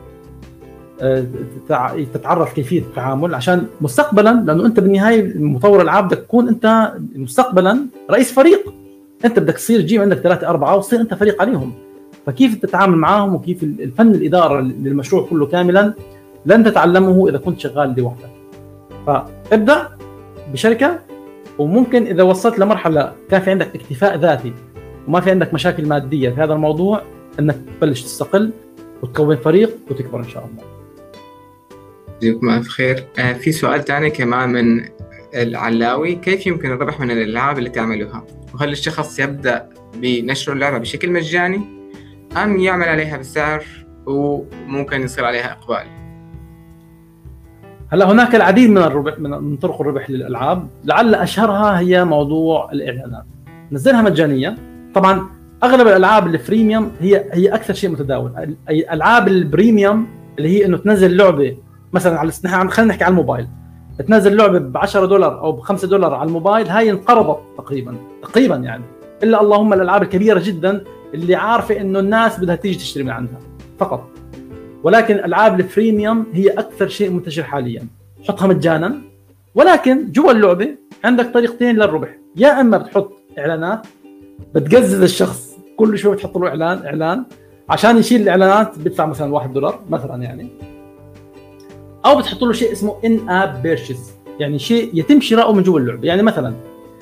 تتعرف كيفية التعامل عشان مستقبلا، لأنه أنت بالنهاية مطور ألعاب بدك تكون أنت مستقبلا رئيس فريق. أنت بدك تصير جيم عندك 3-4 وتصير أنت فريق عليهم. فكيف تتعامل معهم وكيف الفن الإدارة للمشروع كله كاملا لن تتعلمه إذا كنت شغال لوحدك. فابدأ بشركة، وممكن إذا وصلت لمرحلة كان في عندك اكتفاء ذاتي وما في عندك مشاكل مادية في هذا الموضوع، أنك تبلش تستقل وتكون فريق وتكبر إن شاء الله. جزاكم الله خير. في سؤال ثاني كمان من العلاوي، كيف يمكن الربح من الألعاب اللي تعملها؟ وهل الشخص يبدأ بنشر اللعبة بشكل مجاني أم يعمل عليها بسعر وممكن يصير عليها إقبال؟ هلا هناك العديد من طرق الربح للألعاب، لعل أشهرها هي موضوع الإعلانات. نزلها مجانية. طبعا أغلب الألعاب الفريميوم هي أكثر شيء متداول. الألعاب البريميوم اللي هي إنه تنزل لعبة مثلا على خلينا نحكي على الموبايل، تنزل لعبه ب $10 او ب $5 على الموبايل، هاي انقرضت تقريبا يعني، الا اللهم الالعاب الكبيره جدا اللي عارفه انه الناس بدها تيجي تشتري من عندها فقط. ولكن الالعاب البريميوم هي اكثر شيء منتشر حاليا، حطها مجانا. ولكن جوا اللعبه عندك طريقتين للربح، يا اما بتحط اعلانات بتقزز الشخص كل شوي بتحط له اعلان عشان يشيل الاعلانات، بدفع مثلا $1 مثلا يعني، او بتحط له شيء اسمه ان اب بيرشيز، يعني شيء يتم شراؤه من جوا اللعبه. يعني مثلا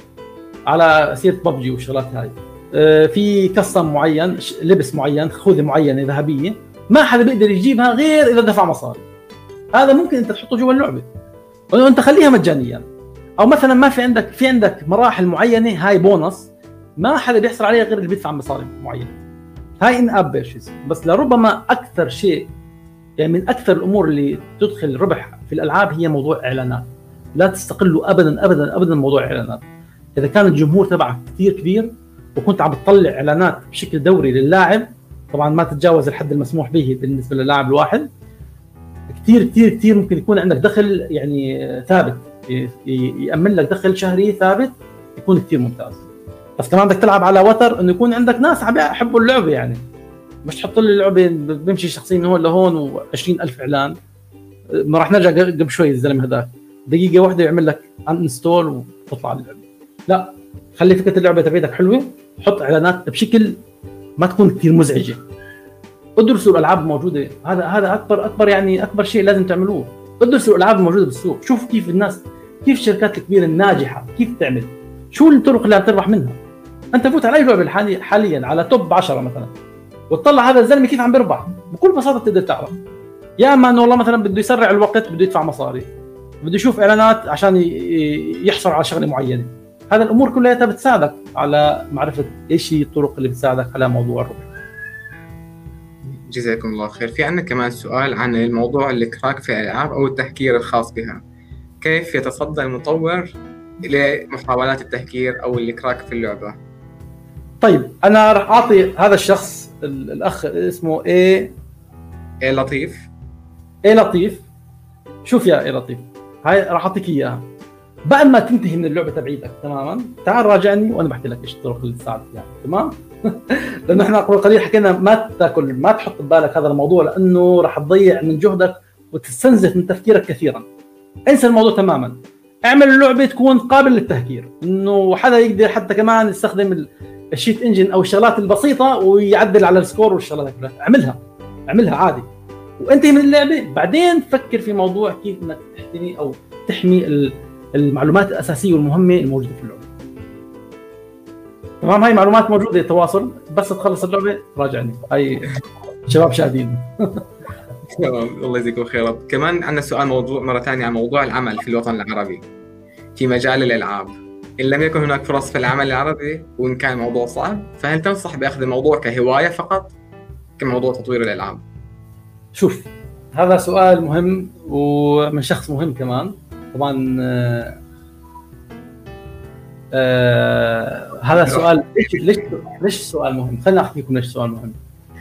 على سيره ببجي والشغلات هاي، في كاستم معين، لبس معين، خوذه معينه ذهبيه ما حدا بيقدر يجيبها غير اذا دفع مصاري. هذا ممكن انت تحطه جوا اللعبه وانت خليها مجانيا. او مثلا ما في عندك مراحل معينه هاي بونص ما حدا بيحصل عليها غير اللي بيدفع مصاري معينه، هاي ان اب بيرشيز. بس لربما اكثر شيء يعني من اكثر الامور اللي تدخل ربح في الالعاب هي موضوع اعلانات. لا تستقلوا ابدا ابدا ابدا موضوع اعلانات. اذا كان الجمهور تبعك كثير كبير وكنت عم بتطلع اعلانات بشكل دوري للاعب، طبعا ما تتجاوز الحد المسموح به بالنسبه للاعب الواحد، كثير كثير كثير ممكن يكون عندك دخل يعني ثابت، يأمن لك دخل شهري ثابت يكون كثير ممتاز. بس كمان بدك تلعب على وتر انه يكون عندك ناس عم يحبوا اللعبه، يعني مش تحط لي اللعبه بمشي شخصيا من هون لهون و20,000 اعلان. ما راح نرجع قبل شوي الزلمه هذاك دقيقه واحده يعمل لك انستول وتطلع اللعبه. لا، خلي فكره اللعبه تبعتك حلوه، حط اعلانات بشكل ما تكون كثير مزعجه. ادرسوا الالعاب الموجوده، هذا اكبر يعني اكبر شيء لازم تعملوه. ادرسوا الالعاب الموجوده بالسوق، شوفوا كيف الناس، كيف الشركات الكبيره الناجحه كيف تعمل، شو الطرق اللي عم تربح منها. انت فوت على اي لعبه حاليا على توب 10 مثلا وتطلع هذا الزلمه كيف عم بيربح، بكل بساطه تقدر تعرف. يا اما انه والله مثلا بده يسرع الوقت، بده يدفع مصاري، بده يشوف اعلانات عشان يحصل على شغله معينه. هذا الامور كلها بتساعدك على معرفه ايش هي الطرق اللي بتساعدك على موضوع الربح. جزاكم الله خير. في عندنا كمان سؤال عن الموضوع الكراك في الألعاب أو التهكير الخاص بها. كيف يتصدى المطور لمحاولات التهكير أو الكراك في اللعبة؟ طيب أنا راح أعطي هذا الشخص الأخ اسمه إيه لطيف. شوف يا إيه لطيف، هاي راح أعطيك إياها بعد ما تنتهي من اللعبة تبعيتك تماما. تعال راجعني وأنا بحكي لك إيش الطرق اللي تساعدك يعني. تمام؟ لأنه إحنا قبل قليل حكينا ما تحط ببالك هذا الموضوع، لأنه راح تضيع من جهدك وتستنزف من تفكيرك كثيرا. انسى الموضوع تماما. اعمل اللعبة تكون قابل للتهكير، إنه حدا يقدر حتى كمان يستخدم الشيت انجن أو الشغلات البسيطة ويعدل على السكور والشغلات كلها. اعملها عادي وانتهي من اللعبة، بعدين فكر في موضوع كيف إنك تحتمي أو تحمي المعلومات الأساسية والمهمة الموجودة في اللعبة. تمام؟ هاي معلومات موجودة، تواصل، بس تخلص اللعبة راجعني. هاي شباب شاهدين. الله يجزيكم خير. كمان عندنا سؤال موضوع مرة ثانية عن موضوع العمل في الوطن العربي في مجال الألعاب. إن لم يكن هناك فرص في العمل العربي وإن كان الموضوع صعب، فهل تنصح بأخذ الموضوع كهواية فقط كموضوع تطوير الألعاب؟ شوف، هذا سؤال مهم ومن شخص مهم كمان. طبعا هذا السؤال ليش سؤال مهم؟ خليني احكي لكم ليش سؤال مهم.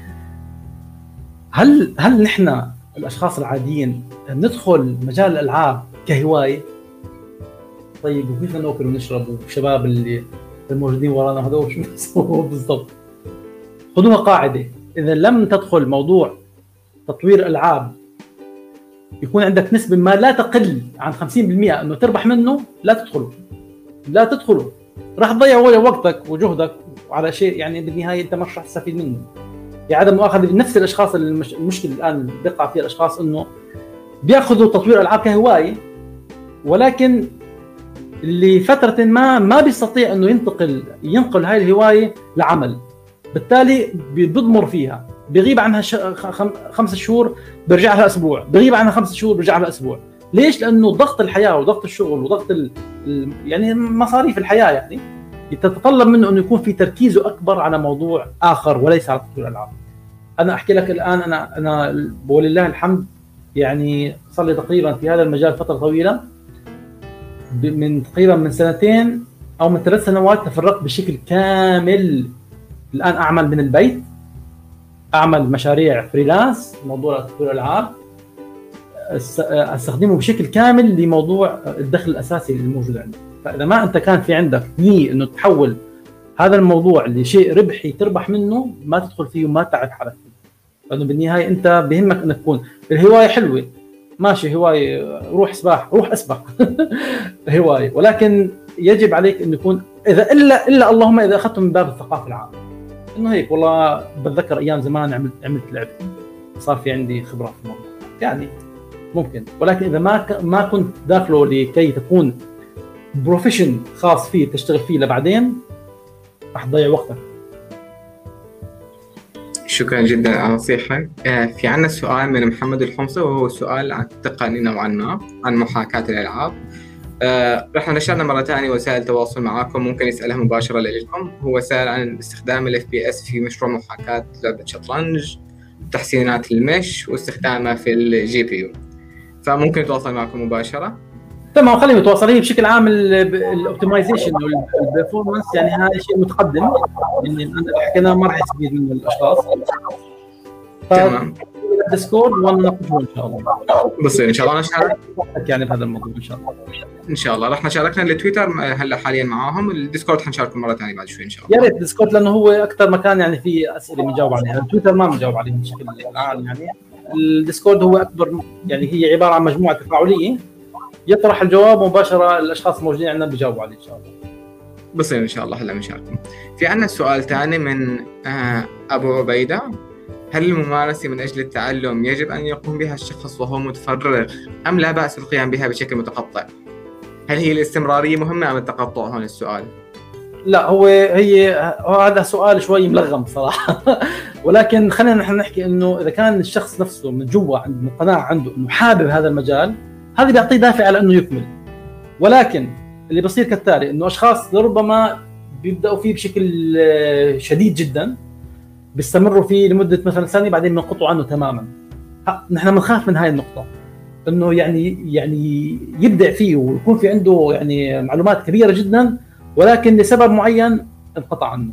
هل نحن الاشخاص العاديين ندخل مجال الالعاب كهوايه؟ طيب وكيف ناكل ونشرب والشباب اللي الموجودين ورانا هذول شو بيسووا بالضبط؟ خذوها قاعده، اذا لم تدخل موضوع تطوير الالعاب يكون عندك نسبه ما لا تقل عن 50% انه تربح منه، لا تدخلوا. راح تضيع وقتك وجهدك على شيء يعني بالنهايه انت مش راح تستفيد منه. يعني عدم مؤاخذه نفس الاشخاص المشكله الان بيقع فيها الاشخاص انه بياخذوا تطوير العاب كهوايه، ولكن لفتره ما بيستطيع انه ينقل هاي الهوايه لعمل، بالتالي بيضمر فيها، بيغيب عنها 5 شهور بيرجع لها اسبوع، بيغيب عنها 5 شهور بيرجع لها اسبوع. ليش؟ لانه ضغط الحياه وضغط الشغل وضغط يعني مصاريف الحياه يعني تتطلب منه انه يكون في تركيزه اكبر على موضوع اخر وليس على تطوير الالعاب. انا احكي لك الان، انا ولله الحمد يعني صار لي تقريبا في هذا المجال فتره طويله، من تقريبا من 2 او من 3 سنوات تفرغت بشكل كامل. الان اعمل من البيت، اعمل مشاريع فريلانس موضوع تطوير الالعاب، استخدمه بشكل كامل لموضوع الدخل الاساسي اللي موجود عندي. فاذا ما انت كان في عندك نيه انه تحول هذا الموضوع لشيء ربحي تربح منه، ما تدخل فيه وما تعب حالك فيه، لانه بالنهايه انت بهمك انك تكون الهوايه حلوه ماشي، هوايه روح سباح روح اسبح هوايه، ولكن يجب عليك انه يكون اذا الا اللهم اذا اخذته من باب الثقافه العامه، انه هيك والله بتذكر ايام زمان عملت لعبه صار في عندي خبره في الموضوع يعني ممكن، ولكن اذا ما كنت داخله لكي تكون بروفيشن خاص فيه تشتغل فيه لبعدين، راح تضيع وقتك. شكرا جدا على نصيحتك. في عنا سؤال من محمد الحمصي، وهو سؤال عن التقني نوعا ما عن محاكاة الألعاب. رح نشرنا مرة ثانية وسائل التواصل معاكم، ممكن يسألها مباشرة لكم. هو سأل عن استخدام ال FPS في مشروع محاكاة لعبة شطرنج، تحسينات المش واستخدامها في الجي بي يو، فممكن يتواصل معكم مباشرة. تمام، خلينا متواصلين. بشكل عام الاوبتمايزيشن والبرفورمانس يعني هذا شيء متقدم، يعني انا حكينا ما راح يستفيد منه الاشخاص. تمام. ديسكورد ونناقشه ان شاء الله. بصير ان شاء الله نشارك يعني بهذا الموضوع ان شاء الله. ان شاء الله رح نشاركنا التويتر هلا حاليا معاهم، الديسكورد حنشاركه مره ثانيه بعد شوي ان شاء الله. يا ريت الديسكورد لانه هو اكثر مكان يعني في اسئله بنجاوب عليها، التويتر ما بنجاوب عليها بشكل عام. يعني الديسكورد هو اكبر، يعني هي عباره عن مجموعه تفاعليه يطرح الجواب مباشره الاشخاص الموجودين عندنا بيجاوبوا عليه ان شاء الله. بصير ان شاء الله هلا بنشارككم. في عندنا سؤال ثاني من ابو عبيده: هل الممارسة من أجل التعلم يجب أن يقوم بها الشخص وهو متفرغ، أم لا بأس القيام بها بشكل متقطع؟ هل هي الاستمرارية مهمة أم التقطع؟ هون السؤال. لا هذا سؤال شوي ملغم صراحة ولكن خلينا نحن نحكي إنه إذا كان الشخص نفسه من جوا عنده قناعة عنده إنه حابب هذا المجال، هذا بيعطيه دافع على إنه يكمل. ولكن اللي بصير كالتالي إنه أشخاص لربما بيبدأوا فيه بشكل شديد جدا، بيستمروا فيه لمدة مثلا سنة بعدين بينقطعوا عنه تماما. نحن بنخاف من هاي النقطة، انه يعني يبدع فيه ويكون في عنده يعني معلومات كبيرة جدا، ولكن لسبب معين انقطع عنه.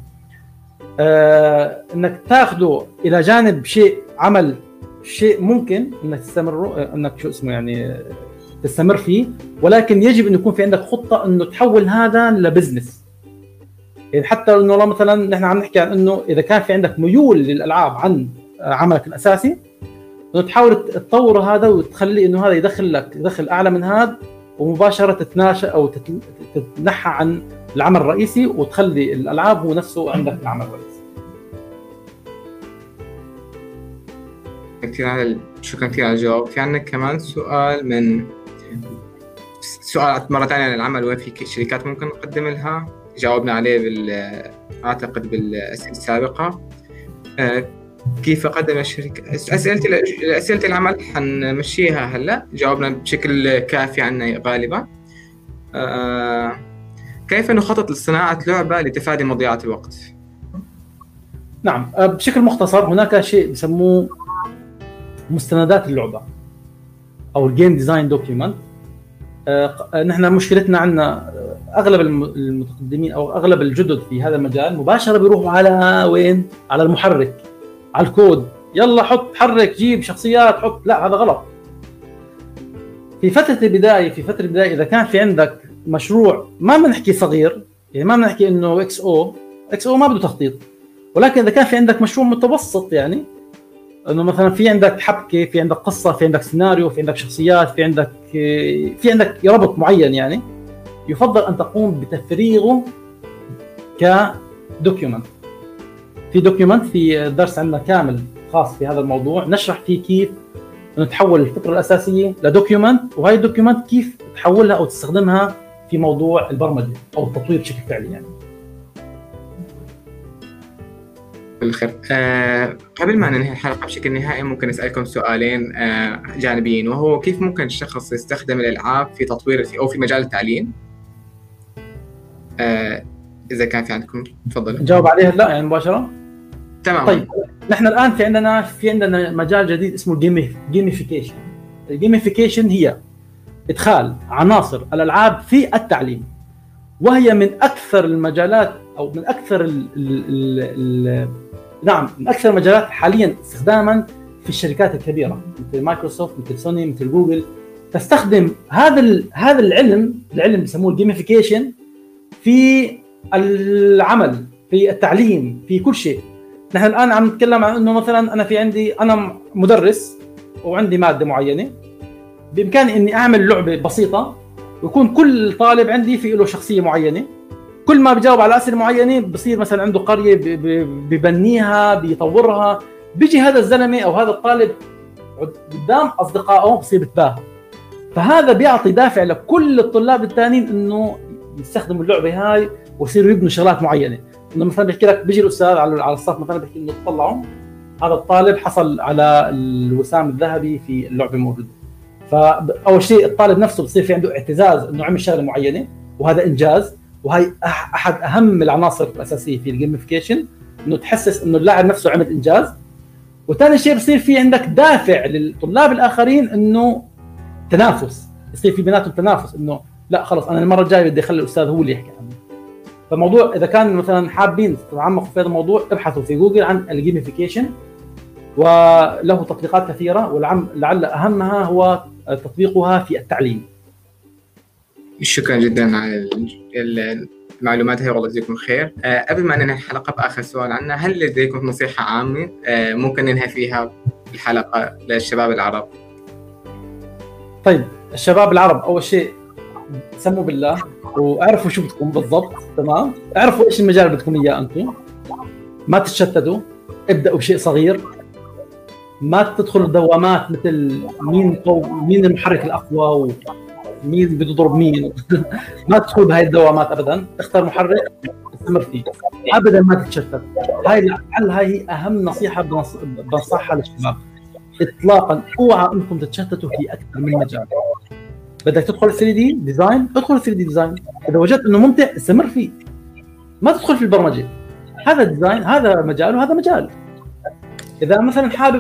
انك تاخذه الى جانب شيء عمل شيء ممكن انك تستمر فيه، ولكن يجب ان يكون في عندك خطة انه تحول هذا لبزنس. يعني حتى انه لو مثلا نحن عم نحكي عن انه اذا كان في عندك ميول للالعاب عن عملك الاساسي، انه تحاول تطور هذا وتخلي انه هذا يدخل لك دخل اعلى من هذا، ومباشره تتناشى او تتنحى عن العمل الرئيسي وتخلي الالعاب هو نفسه عندك العمل الرئيسي. شكرا كثير على الجواب. في عندنا كمان سؤال مرة ثانية عن العمل، وين في شركات ممكن نقدم لها؟ جاوبنا عليه أعتقد بالأسئلة السابقة. كيف أقدم الشركة؟ أسئلة العمل حنمشيها هلا، جاوبنا بشكل كافي عنها غالبا. كيف نخطط لصناعة لعبة لتفادي مضيعة الوقت؟ نعم، بشكل مختصر هناك شيء بسموه مستندات اللعبة أو الجيم ديزاين دوكيومنت. نحن مشكلتنا عندنا اغلب المتقدمين او اغلب الجدد في هذا المجال مباشره بيروحوا على وين؟ على المحرك، على الكود، يلا حط حرك جيب شخصيات حط. لا، هذا غلط. في فتره البدايه اذا كان في عندك مشروع ما بنحكي صغير، يعني ما بنحكي انه اكس او ما بده تخطيط، ولكن اذا كان في عندك مشروع متوسط، يعني انه مثلا في عندك حبكه، في عندك قصه، في عندك سيناريو، في عندك شخصيات، في عندك ربط معين، يعني يفضل ان تقوم بتفريغه كدوكيومنت. في دوكيومنت، في درس عندنا كامل خاص في هذا الموضوع نشرح فيه كيف نتحول الفكره الاساسيه لدوكيومنت، وهي الدوكيومنت كيف تحولها او تستخدمها في موضوع البرمجه او التطوير بشكل فعلي. يعني بالخير. قبل ما ننهي الحلقة بشكل نهائي، ممكن أسألكم سؤالين جانبيين، وهو كيف ممكن الشخص يستخدم الألعاب في تطوير أو في مجال التعليم؟ إذا كان في عندكم تفضلوا. نجاوب عليها لا يعني مباشرة؟ تمام. طيب نحن الآن في عندنا مجال جديد اسمه جيميفيكيشن. الجيميفيكيشن هي إدخال عناصر الألعاب في التعليم، وهي من أكثر المجالات أو من أكثر المجالات حاليا استخداما في الشركات الكبيره مثل مايكروسوفت، مثل سوني، مثل جوجل، تستخدم هذا العلم بيسموه الجيميفيكيشن في العمل، في التعليم، في كل شيء. نحن الان عم نتكلم عن انه مثلا انا مدرس وعندي ماده معينه، بامكاني اني اعمل لعبه بسيطه ويكون كل طالب عندي في له شخصيه معينه، كل ما بيجاوب على اسئله معينه بصير مثلا عنده قريه ببنيها بيطورها، بيجي هذا الزلمه او هذا الطالب قدام اصدقائه بصير بتباهى. فهذا بيعطي دافع لكل الطلاب الثانيين انه يستخدموا اللعبه هاي ويصيروا يبنوا شغلات معينه. انه مثلا بيحكي لك، بيجي الاستاذ على الصف مثلا بيحكي انه طلعوا هذا الطالب حصل على الوسام الذهبي في اللعبه الموجوده. فاول شيء الطالب نفسه بصير في عنده اعتزاز انه عمل شغله معينه، وهذا انجاز، وهي احد اهم العناصر الاساسيه في الجيميفيكيشن، انه تحسس انه اللاعب نفسه عمل انجاز. وثاني شيء بصير في عندك دافع للطلاب الاخرين انه تنافس، يصير في بيناتهم تنافس، انه لا خلص انا المره الجايه بدي اخلي الاستاذ هو اللي يحكي عنه. فموضوع اذا كان مثلا حابين تتعمقوا في هذا الموضوع، ابحثوا في جوجل عن الجيميفيكيشن، وله تطبيقات كثيره، ولعل اهمها هو تطبيقها في التعليم. شكرا جدا على المعلومات هي، والله يجزيكم خير. قبل ما ننهي الحلقه باخر سؤال عنا، هل لديكم نصيحه عامه ممكن ننهي فيها الحلقه للشباب العرب؟ طيب الشباب العرب اول شيء سموا بالله واعرفوا شو بدكم بالضبط، تمام؟ اعرفوا ايش المجال اللي بدكم اياه انتم، ما تتشتتوا، ابداوا بشيء صغير، ما تدخلوا دوامات مثل مين المحرك الاقوى ومين بده يضرب مين ما تدخلوا بهاي الدوامات ابدا. اختار محرك استمر فيه، ابدا ما تتشتت. هاي اهم نصيحه بنصحها للشباب اطلاقا. اوعى انكم تتشتتوا في اكثر من مجال. بدك تدخل 3 دي ديزاين، ادخل 3 دي ديزاين، اذا وجدت انه ممتع استمر فيه، ما تدخل في البرمجه. هذا ديزاين، هذا مجال وهذا مجال. اذا مثلا حابب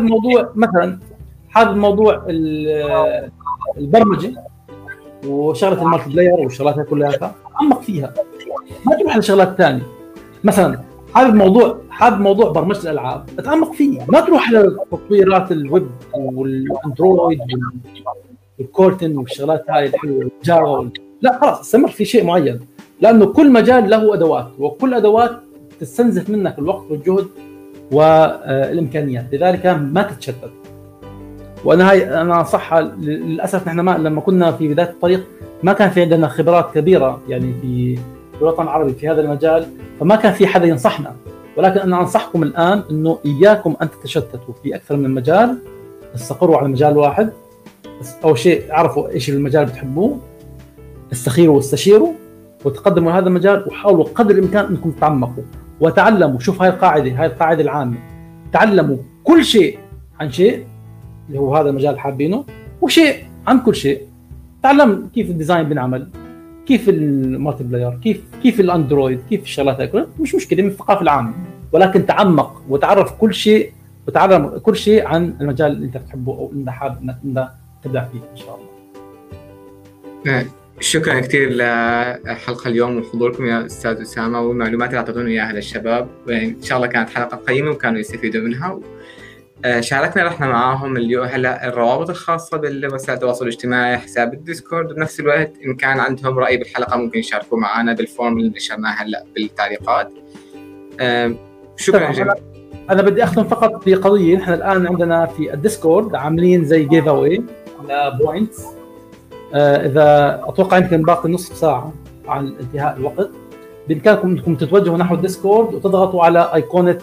موضوع البرمجه وشغله المالتي بلاير والشغلات هاي كلها، تعمق فيها، ما تروح على شغلات ثانيه. مثلا حابب موضوع برمجه الالعاب، اتعمق فيه، ما تروح على تطويرات الويب والاندرويد والكورتن والشغلات هاي الحلوه الجافا لا خلاص استمر في شيء معين، لانه كل مجال له ادوات، وكل ادوات تستنزف منك الوقت والجهد والامكانيات، لذلك ما تتشتت. انا انصحها. للاسف نحن لما كنا في بدايه الطريق ما كان في عندنا خبرات كبيره يعني في الوطن العربي في هذا المجال، فما كان في حدا ينصحنا. ولكن انا انصحكم الان انه اياكم ان تتشتتوا في اكثر من مجال، استقروا على مجال واحد. اول شيء اعرفوا ايش المجال اللي بتحبوه، استخيروا واستشيروا وتقدموا لهذا المجال، وحاولوا قدر الامكان انكم تتعمقوا وتعلموا. شوف هاي القاعده العامه، تعلموا كل شيء عن شيء اللي هو هذا المجال حابينه، وشيء عن كل شيء. تعلم كيف الديزاين بنعمل، كيف المالتي بلاير، كيف الاندرويد، كيف الشغلات هاي كلها، مش مشكله من الثقافه العامه، ولكن تعمق وتعرف كل شيء، وتعلم كل شيء عن المجال اللي انت بتحبه او انت حابب انك تبدع فيه ان شاء الله. شكرا كثير لحلقه اليوم وحضوركم يا استاذ اسامه، والمعلومات اللي اعطيتونا اياها للشباب. ان شاء الله كانت حلقه قيمه وكانوا يستفيدوا منها. شاركنا رحنا معاهم اليوم هلا الروابط الخاصه بالوسائل التواصل الاجتماعي، حساب الديسكورد، وبنفس الوقت ان كان عندهم راي بالحلقه ممكن يشاركوا معنا بالفورم اللي نشرناه هلا بالتعليقات. شكرا جزيلا. انا بدي اختم فقط بقضيه. نحن الان عندنا في الديسكورد عاملين زي جيف اواي لبوينتس، اذا اتوقع يمكن باقي نصف ساعه عن انتهاء الوقت، بامكانكم انكم تتوجهوا نحو الديسكورد وتضغطوا على ايقونه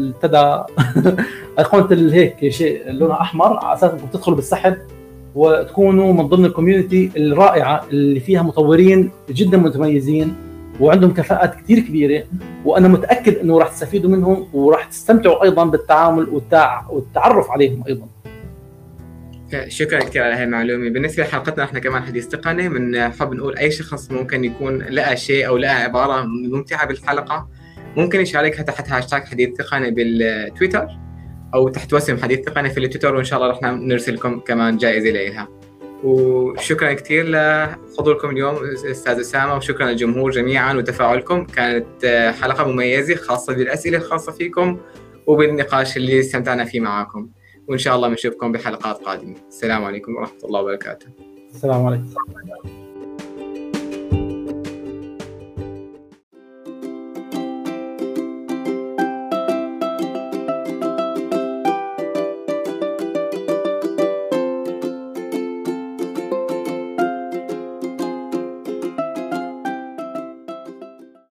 ايقونه هيك شيء لونها احمر، على اساس انكم تدخلوا بالسحب وتكونوا من ضمن الكوميونتي الرائعه اللي فيها مطورين جدا متميزين وعندهم كفاءات كثير كبيره، وانا متاكد انه راح تستفيدوا منهم وراح تستمتعوا ايضا بالتعامل والتعرف عليهم ايضا. شكرا كثير على هاي المعلومه. بالنسبه لحلقتنا احنا كمان حديث تقني، بنحب نقول اي شخص ممكن يكون لقى شيء او لقى عباره ممتعه بالحلقه ممكن يشاركها تحت هاشتاج حديث تقني بالتويتر، او تحت وسم حديث تقني في التويتر، وان شاء الله رح نرسل لكم كمان جائزه لها. وشكرا كثير لحضوركم اليوم استاذ اسامه، وشكرا للجمهور جميعا وتفاعلكم. كانت حلقه مميزه خاصه بالاسئله الخاصه فيكم وبالنقاش اللي استمتعنا فيه معكم. وإن شاء الله بنشوفكم بحلقات قادمة. السلام عليكم ورحمة الله وبركاته. السلام عليكم.